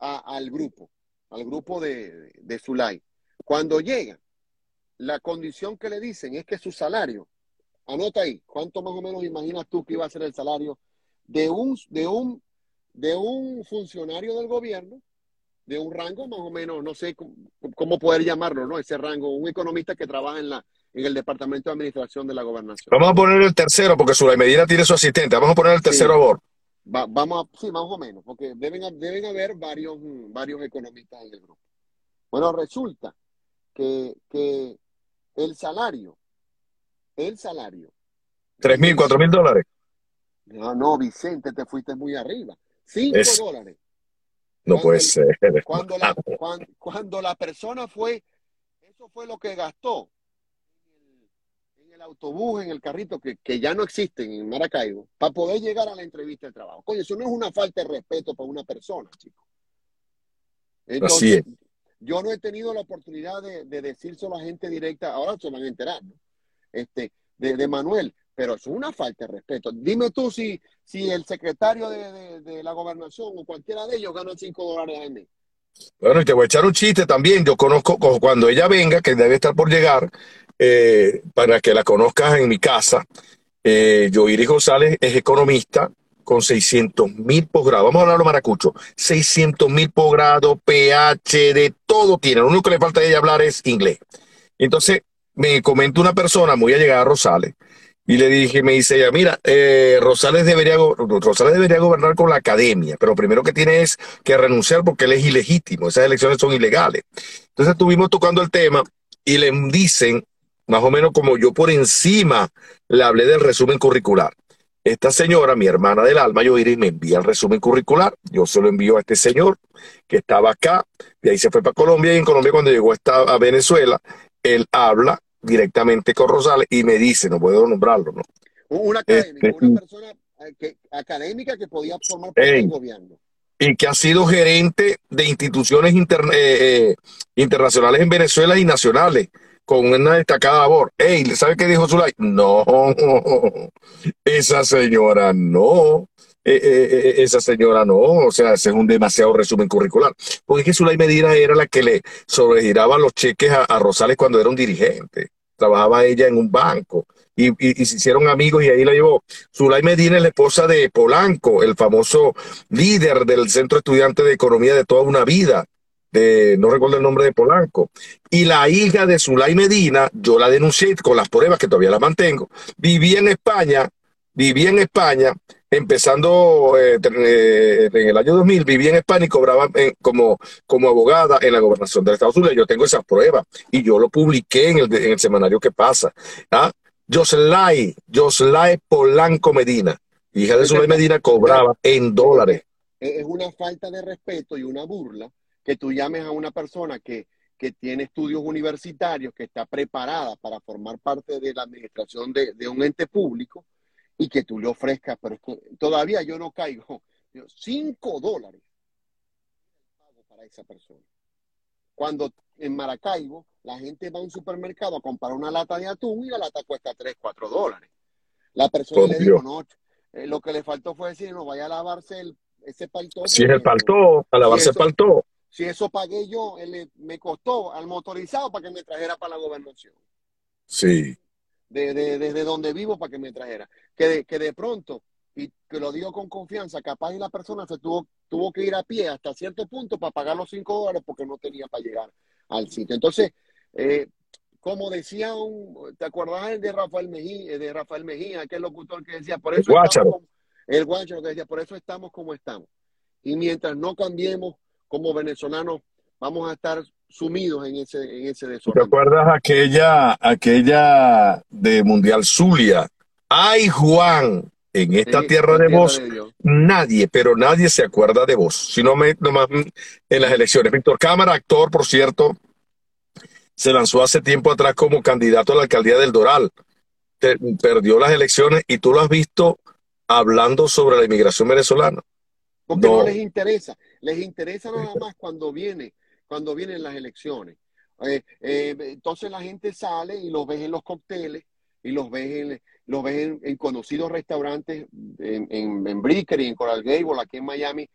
al grupo de Zulay. Cuando llega, la condición que le dicen es que su salario, anota ahí, ¿cuánto más o menos imaginas tú que iba a ser el salario de un funcionario del gobierno, de un rango más o menos, no sé cómo poder llamarlo, ¿no? Ese rango, un economista que trabaja en el Departamento de Administración de la Gobernación. Vamos a poner el tercero, porque Zulay Medina tiene su asistente. Vamos a poner el tercero a Sí, bordo. sí, más o menos, porque deben haber varios economistas en el grupo. Bueno, resulta que el salario, el salario 3.000, 4.000 dólares. No, no, Vicente, te fuiste muy arriba. cinco Es, dólares. no Cuando, puede el, ser, cuando, la, hermano. cuando la persona eso fue lo que gastó en el autobús, en el carrito, que ya no existen en Maracaibo, para poder llegar a la entrevista de trabajo. Coño, eso no es una falta de respeto para una persona, chico. Así Entonces, es. yo no he tenido la oportunidad de decírselo a gente directa, ahora se van a enterar, ¿no? De Manuel, pero es una falta de respeto. Dime tú si el secretario de la gobernación o cualquiera de ellos gana $5 al mes. Bueno, y te voy a echar un chiste también. Yo conozco, cuando ella venga, que debe estar por llegar, para que la conozcas en mi casa. Yoiris González es economista con 600.000 posgrados. Vamos a hablarlo maracucho. 600.000 posgrados, PH, de todo tiene. Lo único que le falta a ella hablar es inglés. Entonces, me comenta una persona muy allegada a Rosales. Y me dice ella, mira, Rosales debería gobernar con la academia, pero lo primero que tiene es que renunciar porque él es ilegítimo, esas elecciones son ilegales. Entonces estuvimos tocando el tema y le dicen, más o menos como yo por encima le hablé del resumen curricular. Esta señora, mi hermana del alma, Yoiris, me envía el resumen curricular, yo se lo envío a este señor que estaba acá, de ahí se fue para Colombia y en Colombia cuando llegó a Venezuela, él habla directamente con Rosales y me dice, no puedo nombrarlo, ¿no? Un académico, una persona académica que podía formar parte del Ey, gobierno. y que ha sido gerente de instituciones internacionales en Venezuela y nacionales, con una destacada labor. Ey, ¿sabe qué dijo Zulay? No, esa señora no. esa señora no, o sea, ese es un demasiado resumen curricular. Porque es que Zulay Medina era la que le sobregiraba los cheques a Rosales cuando era un dirigente. Trabajaba ella en un banco y se hicieron amigos y ahí la llevó. Zulay Medina es la esposa de Polanco, el famoso líder del Centro Estudiante de Economía de toda una vida. No recuerdo el nombre de Polanco. Y la hija de Zulay Medina, yo la denuncié con las pruebas que todavía las mantengo. Vivía en España, vivía en España empezando en el año 2000, vivía en España y cobraba como abogada en la gobernación de Estados Unidos. Yo tengo esas pruebas y yo lo publiqué en el semanario que pasa. ¿Ah? Yoslay Polanco Medina, hija de Zulay Medina, cobraba en dólares. Es una falta de respeto y una burla que tú llames a una persona que tiene estudios universitarios, que está preparada para formar parte de la administración de un ente público y que tú le ofrezcas, pero es que todavía yo no caigo, $5 pago para esa persona. Cuando en Maracaibo la gente va a un supermercado a comprar una lata de atún y la lata cuesta $3, $4. La persona Por le dijo, Dios. no, lo que le faltó fue decir, no vaya a lavarse ese palto, Si es el porque paltó, a si lavarse el eso, paltó. si eso pagué yo, me costó al motorizado para que me trajera para la gobernación. Sí. Desde donde vivo para que me trajera. Que de pronto, y que lo digo con confianza, capaz y la persona tuvo que ir a pie hasta cierto punto para pagar los $5 porque no tenía para llegar al sitio. Entonces, eh, como decía ¿te acuerdas de Rafael Mejía, aquel locutor que decía, por El eso estamos guácharo. como, el guancho que decía, por eso estamos como estamos? Y mientras no cambiemos como venezolanos, vamos a estar sumidos en ese ¿Te desorden público. acuerdas aquella de Mundial Zulia? Ay, Juan, en esta Sí, tierra en de tierra vos, de Dios. nadie, pero nadie se acuerda de vos, sino nomás en las elecciones. Víctor Cámara, actor, por cierto, se lanzó hace tiempo atrás como candidato a la alcaldía del Doral. Perdió las elecciones y tú lo has visto hablando sobre la inmigración venezolana. Porque no No. les interesa nada más cuando vienen las elecciones. Entonces la gente sale y los ves en los cócteles y los ves en conocidos restaurantes en Brickell y en Coral Gable, aquí en Miami.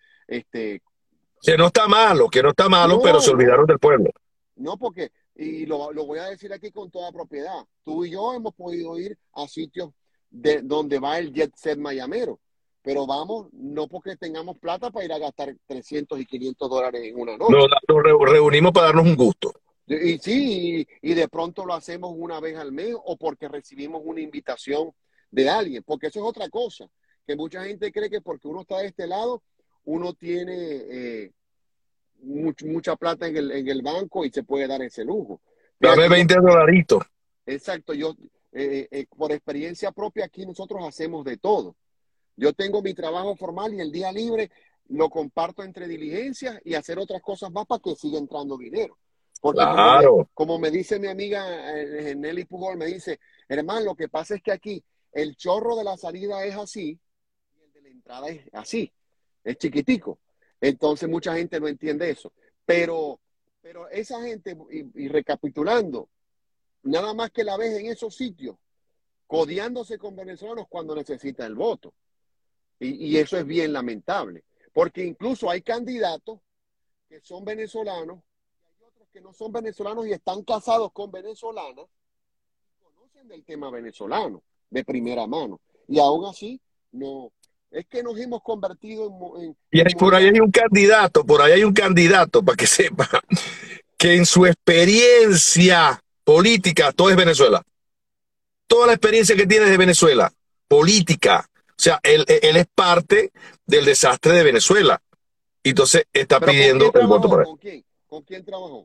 Que no está malo, pero se No, olvidaron no, del pueblo. no, porque, y lo voy a decir aquí con toda propiedad, tú y yo hemos podido ir a sitios donde va el jet set mayamero, pero vamos, no porque tengamos plata para ir a gastar $300 y $500 en una Nos, noche. nos reunimos para darnos un gusto. Y sí, y de pronto lo hacemos una vez al mes o porque recibimos una invitación de alguien, porque eso es otra cosa, que mucha gente cree que porque uno está de este lado, uno tiene mucha plata en el banco y se puede dar ese lujo. Dame Fíjate, 20 dolaritos. exacto, por experiencia propia aquí nosotros hacemos de todo. Yo tengo mi trabajo formal y el día libre lo comparto entre diligencias y hacer otras cosas más para que siga entrando dinero. Porque como me, Claro. como me dice mi amiga Nelly Pujol, me dice, hermano, lo que pasa es que aquí el chorro de la salida es así y el de la entrada es así, es chiquitico. Entonces mucha gente no entiende eso. Pero esa gente, y recapitulando, nada más que la ves en esos sitios, codeándose con venezolanos cuando necesita el voto. Y eso es bien lamentable, porque incluso hay candidatos que son venezolanos, y hay otros que no son venezolanos y están casados con venezolanas y conocen del tema venezolano de primera mano. Y aún así, no, es que nos hemos convertido Y en por ahí moneda. hay un candidato, por ahí hay un candidato, para que sepa, que en su experiencia política, todo es Venezuela. Toda la experiencia que tiene es de Venezuela, política. O sea, él es parte del desastre de Venezuela. Y entonces está Pero ¿con pidiendo quién el voto trabajó? para él. ¿Con quién? ¿Con quién trabajó?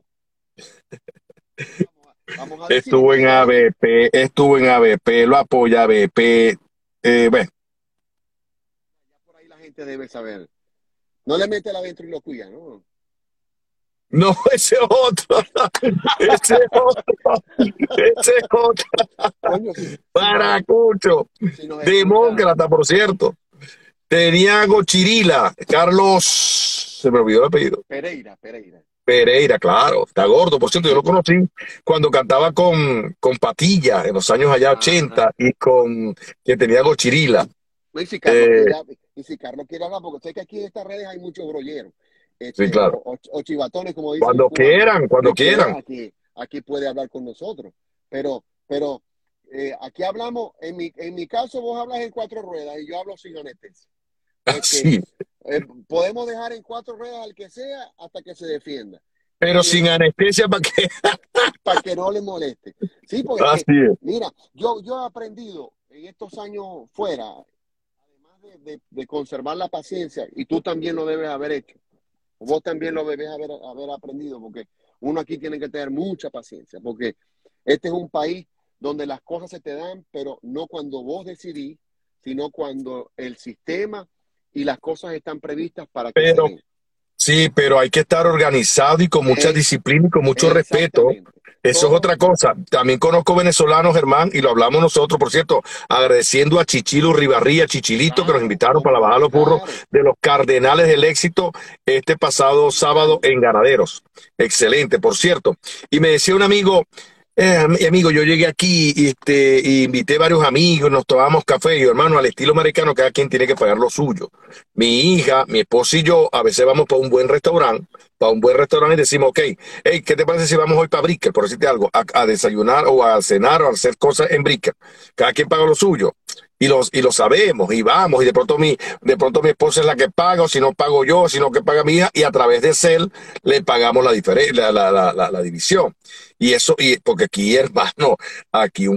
Vamos a decir Estuvo en ABP, lo apoya ABP. Bueno, ya por ahí la gente debe saber. No le mete la ventriloquía, ¿no? no, ese es otro, ese es otro, ese es otro. Coño, Maracucho, si nos escucha demócrata, por cierto. Tenía Gochirila, Carlos, se me olvidó el apellido. Pereira. Pereira, claro, está gordo, por cierto, yo lo conocí cuando cantaba con Patilla en los años allá Ajá. 80 y que tenía Gochirila. No, Eh, y si Carlos quiere hablar, porque sé que aquí en estas redes hay muchos grolleros, sí, claro. o chivatones, como dicen los cubanos, Cuando que quieren quieran. aquí puede hablar con nosotros. Pero aquí hablamos, en mi caso vos hablas en cuatro ruedas y yo hablo sin anestesia. Porque Así, podemos dejar en cuatro ruedas al que sea hasta que se defienda. pero Y sin anestesia para que. para que no le moleste. Sí, porque es Así que, es. mira, yo he aprendido en estos años fuera, además de conservar la paciencia, y tú también lo debes haber hecho, vos también lo debes haber aprendido, porque uno aquí tiene que tener mucha paciencia, porque este es un país donde las cosas se te dan, pero no cuando vos decidís, sino cuando el sistema y las cosas están previstas para que se Pero den. sí, pero hay que estar organizado y con mucha Eh, disciplina y con mucho respeto. exactamente. Eso es Todo, otra cosa. También conozco venezolanos, Germán, y lo hablamos nosotros, por cierto, agradeciendo a Chichilo Rivarría, Chichilito, que nos claro, invitaron para bajar los burros claro. de los Cardenales del Éxito este pasado sábado Grande. en Ganaderos. Excelente, por cierto. Y me decía un amigo, mi amigo, yo llegué aquí y invité varios amigos, nos tomamos café, y yo, hermano, al estilo americano, cada quien tiene que pagar lo suyo. Mi hija, mi esposa y yo, a veces vamos para un buen restaurante y decimos, ok, hey, ¿qué te parece si vamos hoy para Bricker, por decirte algo, a desayunar o a cenar o a hacer cosas en Bricker? Cada quien paga lo suyo. Y lo sabemos, y vamos, y de pronto mi esposa es la que paga, o si no pago yo, sino que paga mi hija, y a través de Cel le pagamos la diferencia, la división. Y eso, y porque aquí, hermano, aquí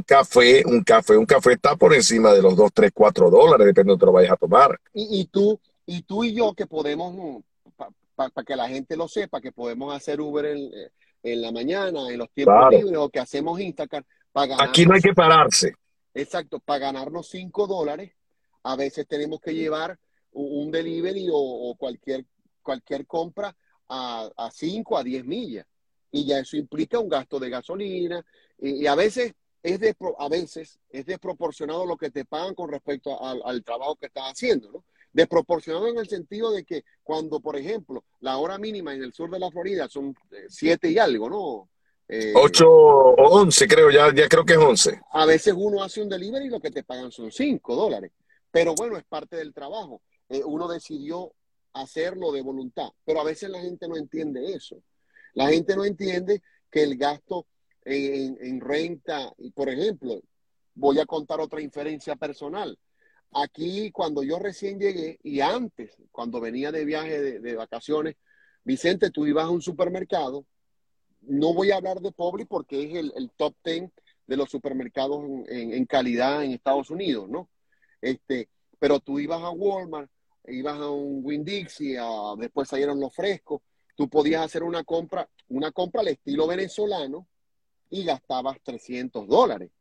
un café está por encima de los 2, 3, 4 dólares, depende de donde te lo vayas a tomar. Y tú y yo que podemos, para que la gente lo sepa, que podemos hacer Uber en la mañana, en los tiempos Claro. libres, o que hacemos Instacart para Aquí no hay ganarnos, que pararse. exacto, para ganarnos $5, a veces tenemos que llevar un delivery o cualquier compra a 5 a 10 millas. Y ya eso implica un gasto de gasolina y a veces a veces es desproporcionado lo que te pagan con respecto al trabajo que estás haciendo, ¿no? Desproporcionado en el sentido de que cuando, por ejemplo, la hora mínima en el sur de la Florida son 7 y algo, ¿no? Ocho Eh, o 11, creo, ya creo que es 11. a veces uno hace un delivery y lo que te pagan son $5. Pero bueno, es parte del trabajo. Uno decidió hacerlo de voluntad, pero a veces la gente no entiende eso. La gente no entiende que el gasto en renta, y por ejemplo, voy a contar otra inferencia personal. Aquí, cuando yo recién llegué y antes, cuando venía de viaje de vacaciones, Vicente, tú ibas a un supermercado, no voy a hablar de Publix porque es el top 10 de los supermercados en calidad en Estados Unidos, ¿no? Este, pero tú ibas a Walmart, ibas a un Winn-Dixie, después salieron los frescos, tú podías hacer una compra al estilo venezolano y gastabas $300.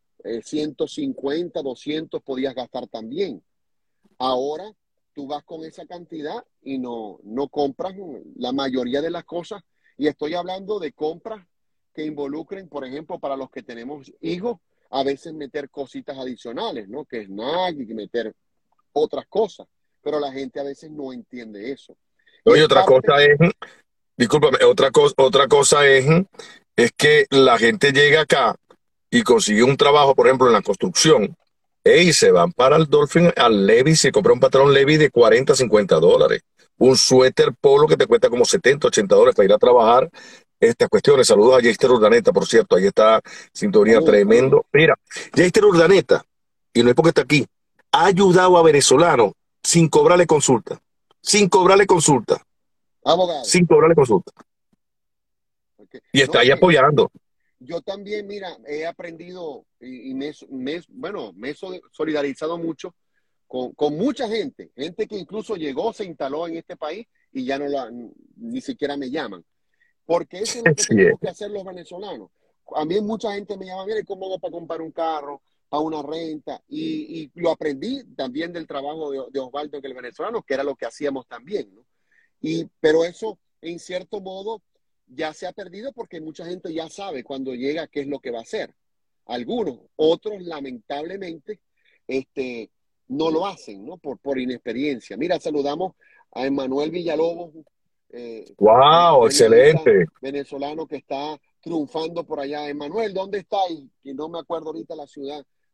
150, 200 podías gastar también. Ahora tú vas con esa cantidad y no compras la mayoría de las cosas. Y estoy hablando de compras que involucren, por ejemplo, para los que tenemos hijos, a veces meter cositas adicionales, ¿no? Que snack y meter otras cosas. Pero la gente a veces no entiende eso. Y Oye, es otra parte, cosa es, discúlpame, otra cosa es que la gente llega acá y consigue un trabajo, por ejemplo, en la construcción, y se van para el Dolphin, al Levi's, y compra un patrón Levi's de 40, $50. Un suéter polo que te cuesta como 70, $80 para ir a trabajar. Estas cuestiones. Saludos a Jaister Urdaneta, por cierto. Ahí está, sintonía saludos, saludos. tremendo. Mira, Jaister Urdaneta, y no es porque está aquí, ha ayudado a venezolanos sin cobrarle consulta. Sin cobrarle consulta. Abogado. Sin cobrarle consulta. Porque, Y está no, ahí apoyando. yo también, mira, he aprendido bueno, me he solidarizado mucho con mucha gente que incluso llegó, se instaló en este país y ya ni siquiera me llaman. Porque eso es lo que Sí, tenemos que hacer los venezolanos. A mí mucha gente me llama, mire, ¿cómo hago para comprar un carro, para una renta? Y lo aprendí también del trabajo de Osvaldo, que el venezolano, que era lo que hacíamos también, ¿no? Pero eso, en cierto modo, ya se ha perdido porque mucha gente ya sabe cuando llega qué es lo que va a hacer. Algunos, otros, lamentablemente, este, no lo hacen, ¿no? Por inexperiencia. Mira, saludamos a Emanuel Villalobos, wow, excelente. venezolano que está triunfando por allá. Emanuel, ¿dónde está? Y no me acuerdo ahorita la ciudad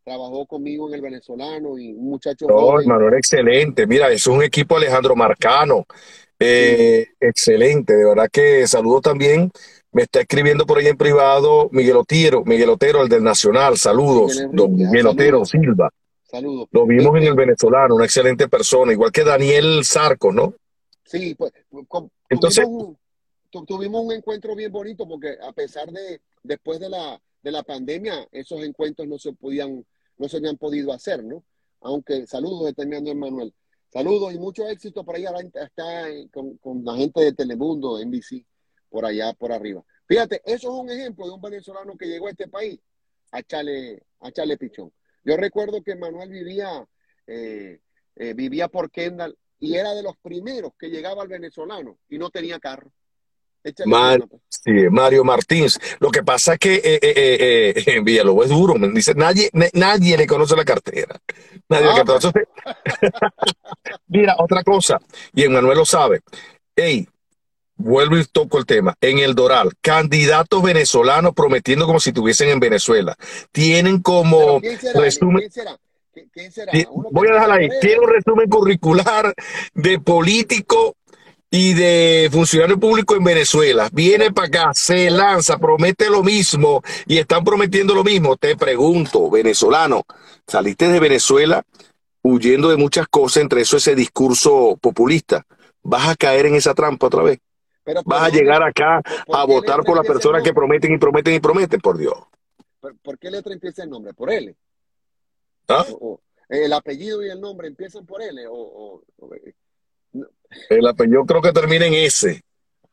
trabajó conmigo en el venezolano y un muchacho No, joven. Manuel, excelente. Mira, eso es un equipo Alejandro Marcano. Sí, Excelente, de verdad que saludo también. Me está escribiendo por ahí en privado Miguel Otero, el del Nacional. Miguel Saludos, don Enrique, Miguel Otero saludos, Silva. saludos. Lo vimos en el venezolano, una excelente persona, igual que Daniel Sarco, ¿no? Sí, pues Entonces, tuvimos un encuentro bien bonito porque a pesar después de la pandemia, esos encuentros no se habían podido hacer, ¿no? Aunque saludos, está enviando Manuel. Saludos y mucho éxito por ahí. Ahora está con la gente de Telemundo, NBC, por allá, por arriba. Fíjate, eso es un ejemplo de un venezolano que llegó a este país a echarle pichón. Yo recuerdo que Manuel eh, vivía por Kendall y era de los primeros que llegaba al venezolano y no tenía carro. Échale Mar- pichón, pues. sí, Mario Martins. Lo que pasa es que en Villalobos es duro, me dice, nadie le conoce la cartera. Nadie le Ah, conoce. pues. Entonces, mira, otra cosa, y Emanuel lo sabe. Hey, vuelvo y toco el tema. En el Doral, candidatos venezolanos prometiendo como si estuviesen en Venezuela. Tienen Pero como ¿quién será? resumen, ¿Quién será? ¿Quién será? Uno que voy a empiece dejar ahí, por tiene L. un resumen curricular de político y de funcionario público en Venezuela. Pero, Viene para acá, se pero, lanza, promete lo mismo y están prometiendo lo mismo. Te pregunto, venezolano, saliste de Venezuela huyendo de muchas cosas, entre eso ese discurso populista. ¿Vas a caer en esa trampa otra vez? pero ¿Vas ¿por a dónde? llegar acá ¿Por a qué votar letra por las empieza el personas que nombre? prometen y prometen y prometen? Por Dios. ¿Por qué letra empieza el nombre? ¿Por L? ¿Ah? El apellido y el nombre empiezan por L. No. Yo creo que termina en S.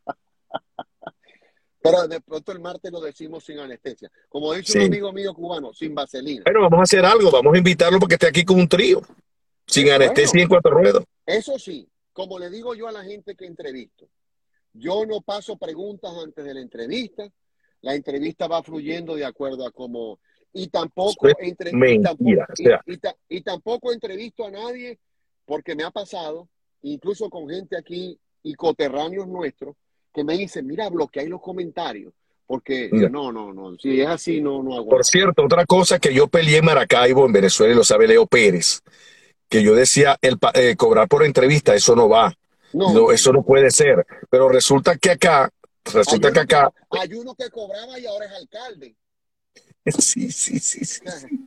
Pero de pronto el martes lo decimos sin anestesia. Como dice un Sí. amigo mío cubano, sin vaselina. Pero vamos a hacer algo, vamos a invitarlo porque esté aquí con un trío, sin anestesia Bueno, y en cuatro ruedas. eso sí, como le digo yo a la gente que entrevisto, yo no paso preguntas antes de la entrevista va fluyendo de acuerdo a cómo, y Eso es tampoco, mentira. O sea, y tampoco entrevisto a nadie porque me ha pasado, incluso con gente aquí y coterráneos nuestros, que me dicen, mira, bloquea los comentarios, porque yo no. no, si es así no hago Por nada. cierto, otra cosa que yo peleé en Maracaibo, en Venezuela, y lo sabe Leo Pérez, que yo decía, cobrar por entrevista, eso no va, no, eso no No. puede ser. Pero resulta que acá, Hay uno que cobraba y ahora es alcalde. sí, sí, sí, sí,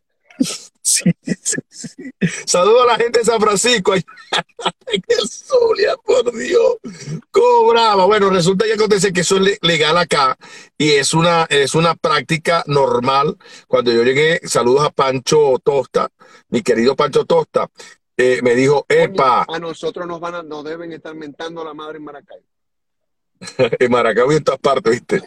sí, sí, sí. Saludo a la gente de San Francisco, allá en el Zulia, por Dios, cobraba. Bueno, resulta y acontece que eso es legal acá y es una práctica normal. Cuando yo llegué, saludos a Pancho Tosta, mi querido Pancho Tosta, me dijo, Coño, epa, a nosotros nos deben estar mentando la madre en Maracay. en Maracaibo y en todas partes, ¿viste?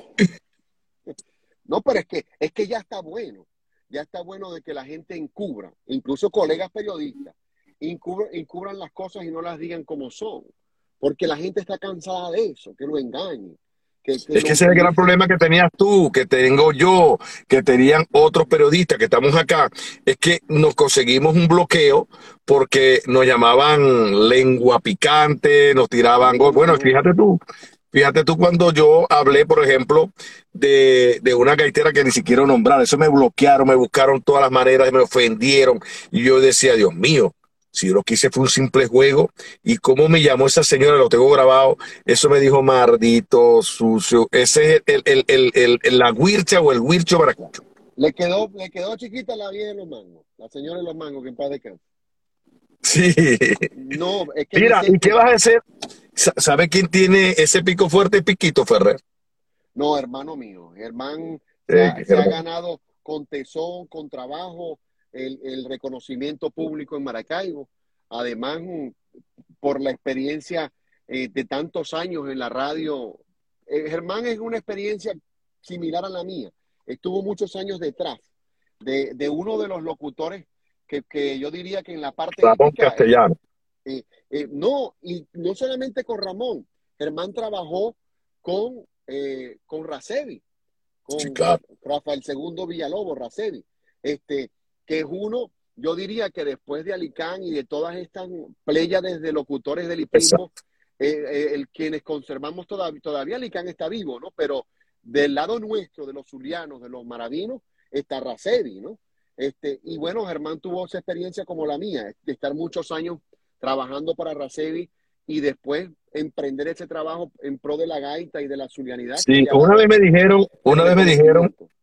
No, pero es que ya está bueno de que la gente encubra, incluso colegas periodistas, encubran las cosas y no las digan como son, porque la gente está cansada de eso, que lo engañen, que Es lo que ese es el gran utilicen. problema que tenías tú, que tengo yo, que tenían otros periodistas que estamos acá. Es que nos conseguimos un bloqueo porque nos llamaban lengua picante, nos tiraban gol. Bueno, No, fíjate tú cuando yo hablé, por ejemplo, de una gaitera que ni siquiera nombraron. Eso me bloquearon, me buscaron todas las maneras, me ofendieron. Y yo decía, Dios mío, si yo lo que hice fue un simple juego. ¿Y cómo me llamó esa señora? Lo tengo grabado. Eso me dijo mardito, sucio. Ese es la huircha o el huircho maracucho. le quedó chiquita la vieja de los mangos, la señora de los mangos, que en paz descanse. Sí. No, es que Mira, ¿y qué Vicente, vas a hacer? ¿Sabe quién tiene ese pico fuerte? Piquito Ferrer. no, hermano mío, Germán se ha Hermano. ganado con tesón, con trabajo, el reconocimiento público en Maracaibo. Además, por la experiencia de tantos años en la radio, Germán es una experiencia similar a la mía. Estuvo muchos años detrás de uno de los locutores que yo diría que en la parte Ramón hípica, Castellano. no, y no solamente con Ramón, Germán trabajó con Racevi, Sí, con claro. Rafael Segundo Villalobos, Racevi, que es uno, yo diría que después de Alicán y de todas estas pléyades de locutores del hiprismo, Exacto. quienes conservamos todavía Alicán está vivo, ¿no? Pero del lado nuestro, de los zulianos, de los maravinos, está Racevi, ¿no? Y bueno, Germán tuvo esa experiencia como la mía, de estar muchos años trabajando para Racevi y después emprender ese trabajo en pro de la gaita y de la zulianidad que Sí, le ha dado el una vez me dijeron reconocimiento.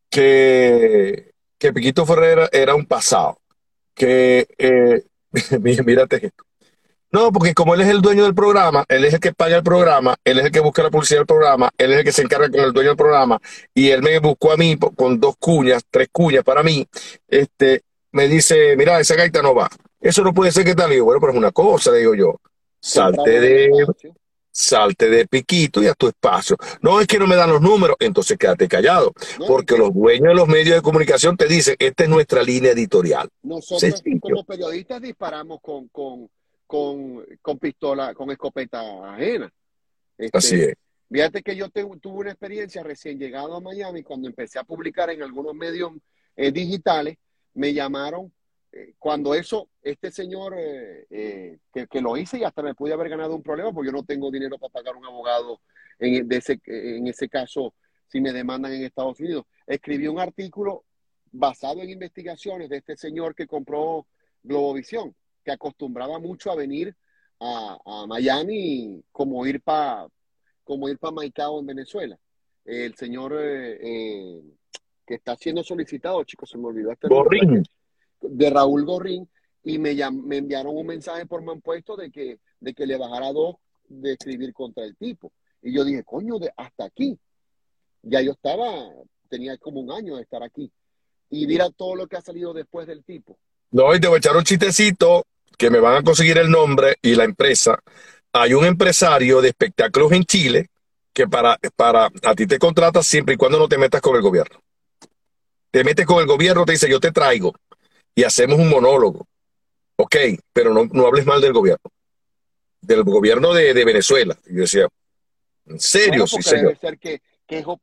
que Piquito Ferrer era un pasado, que, mírate esto. No, porque como él es el dueño del programa, él es el que paga el programa, él es el que busca la publicidad del programa, él es el que se encarga con el dueño del programa, y él me buscó a mí con dos cuñas, tres cuñas para mí, me dice, mira, esa gaita no va. Eso no puede ser, ¿qué tal? Y digo, bueno, pero es una cosa, le digo yo, salte Compramos el de, espacio, salte de Piquito y a tu espacio. No es que no me dan los números, entonces quédate callado, ¿no? Y porque que los dueños de los medios de comunicación te dicen, esta es nuestra línea editorial. nosotros Sencillo, como periodistas disparamos con pistola, con escopeta ajena. así Este, es. Fíjate que yo tuve una experiencia recién llegado a Miami, cuando empecé a publicar en algunos medios digitales, me llamaron, cuando eso, este señor que lo hice y hasta me pude haber ganado un problema, porque yo no tengo dinero para pagar un abogado en ese caso, si me demandan en Estados Unidos. Escribí un artículo basado en investigaciones de este señor que compró Globovisión, que acostumbraba mucho a venir a Miami como ir para Maicao en Venezuela. El señor que está siendo solicitado, chicos, se me olvidó este nombre, Gorrín. de Raúl Gorrín, y me enviaron un mensaje por manpuesto de que le bajara dos de escribir contra el tipo. Y yo dije, coño, hasta aquí. Ya yo tenía como un año de estar aquí. Y mira todo lo que ha salido después del tipo. No, y te voy a echar un chistecito que me van a conseguir el nombre y la empresa. Hay un empresario de espectáculos en Chile que para a ti te contrata siempre y cuando no te metas con el gobierno. Te metes con el gobierno, te dice yo te traigo y hacemos un monólogo. Ok, pero no hables mal del gobierno de Venezuela. Y yo decía, ¿en serio? Bueno, Sí, porque señor. debe ser que es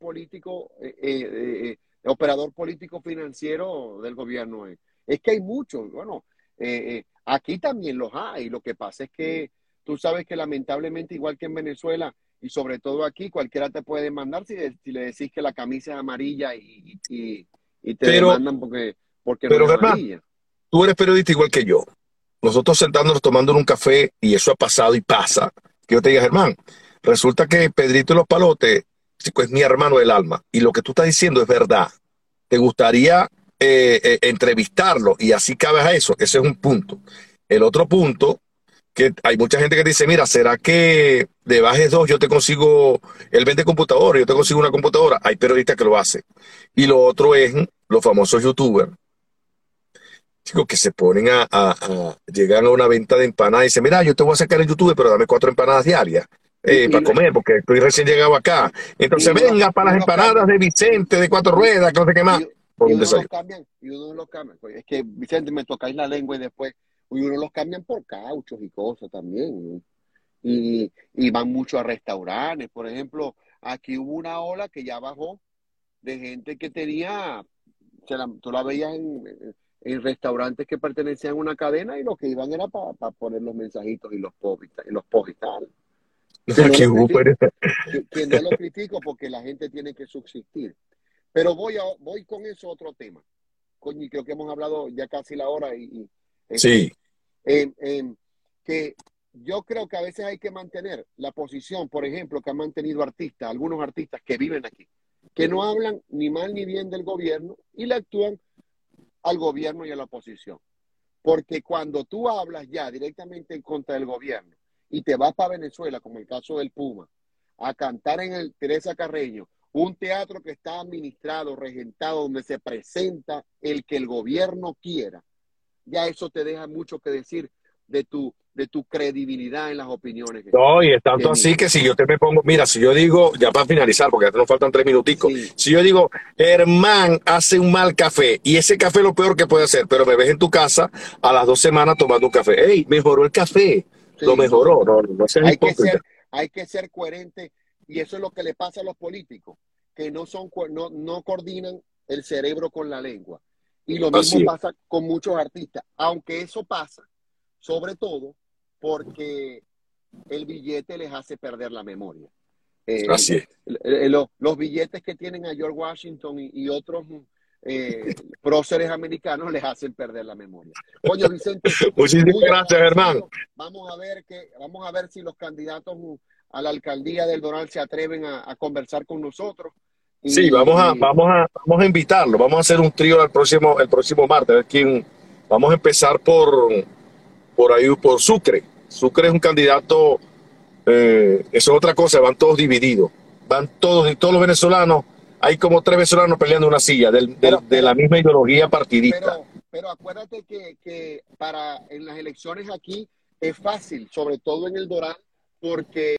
operador político financiero del gobierno. Es que hay muchos. Bueno, aquí también los hay. Lo que pasa es que tú sabes que lamentablemente, igual que en Venezuela, y sobre todo aquí, cualquiera te puede demandar si le decís que la camisa es amarilla y te Pero, demandan porque no es pero Germán, amarilla. tú eres periodista igual que yo. Nosotros sentándonos tomando un café, y eso ha pasado y pasa, que yo te diga, Germán, resulta que Pedrito y los Palotes, chico, es mi hermano del alma, y lo que tú estás diciendo es verdad. ¿Te gustaría entrevistarlo? Y así cabes a eso. Ese es un punto. El otro punto, que hay mucha gente que dice, mira, ¿será que de Bajes 2 yo te consigo, él vende computadora, yo te consigo una computadora? Hay periodistas que lo hacen. Y lo otro es los famosos youtubers, chicos, que se ponen llegan a una venta de empanadas y dicen, mira, yo te voy a sacar en YouTube, pero dame 4 empanadas diarias Y, para y, comer, porque estoy recién llegado acá. y Entonces, no venga para no las los empanadas cambian. de Vicente, de cuatro Y, ruedas, que no sé qué más, y, por y un uno los desayuno. cambian, y uno los cambia. Pues es que, Vicente, me tocáis la lengua y después, y uno los cambian por cauchos y cosas también, ¿no? Y van mucho a restaurantes. Por ejemplo, aquí hubo una ola que ya bajó de gente que tenía, tú la veías en restaurantes que pertenecían a una cadena y lo que iban era para poner los mensajitos y los posts y tal. Que no Aquí lo hubo, critico, que no lo critico porque la gente tiene que subsistir. Pero voy con eso a otro tema. Coño, y creo que hemos hablado ya casi la hora sí, este, em, em, que yo creo que a veces hay que mantener la posición, por ejemplo, que han mantenido artistas, algunos artistas que viven aquí, que no hablan ni mal ni bien del gobierno y le actúan al gobierno y a la oposición. Porque cuando tú hablas ya directamente en contra del gobierno y te vas para Venezuela, como el caso del Puma, a cantar en el Teresa Carreño, un teatro que está administrado, regentado, donde se presenta el que el gobierno quiera, ya eso te deja mucho que decir de tu credibilidad en las opiniones no, y es que tanto así que emites. si yo te me pongo, mira, si yo digo, ya para finalizar, porque ya nos faltan 3 minuticos, Sí, si yo digo, Germán hace un mal café, y ese café es lo peor que puede hacer, pero me ves en tu casa a las 2 semanas tomando un café, ¡ey, mejoró el café! Lo sí, no, mejoró, no. no seas Hay que hipócrita. ser, hay que ser coherente y eso es lo que le pasa a los políticos, que no coordinan el cerebro con la lengua. Y lo mismo Así es, pasa con muchos artistas, aunque eso pasa sobre todo porque el billete les hace perder la memoria. así es. Los billetes que tienen a George Washington y otros próceres americanos les hacen perder la memoria. Coño, Vicente, Muchísimas muy gracias, Germán. agradecido. Vamos a ver si los candidatos a la alcaldía del Doral se atreven a conversar con nosotros. Sí, Y vamos a invitarlo. Vamos a hacer un trío el próximo martes. A ver quién. Vamos a empezar por ahí, por Sucre. Sucre es un candidato. Eso es otra cosa. Van todos divididos. Van todos, y todos los venezolanos. Hay como 3 venezolanos peleando una silla de la misma ideología partidista. pero acuérdate que en las elecciones aquí es fácil, sobre todo en el Doral, porque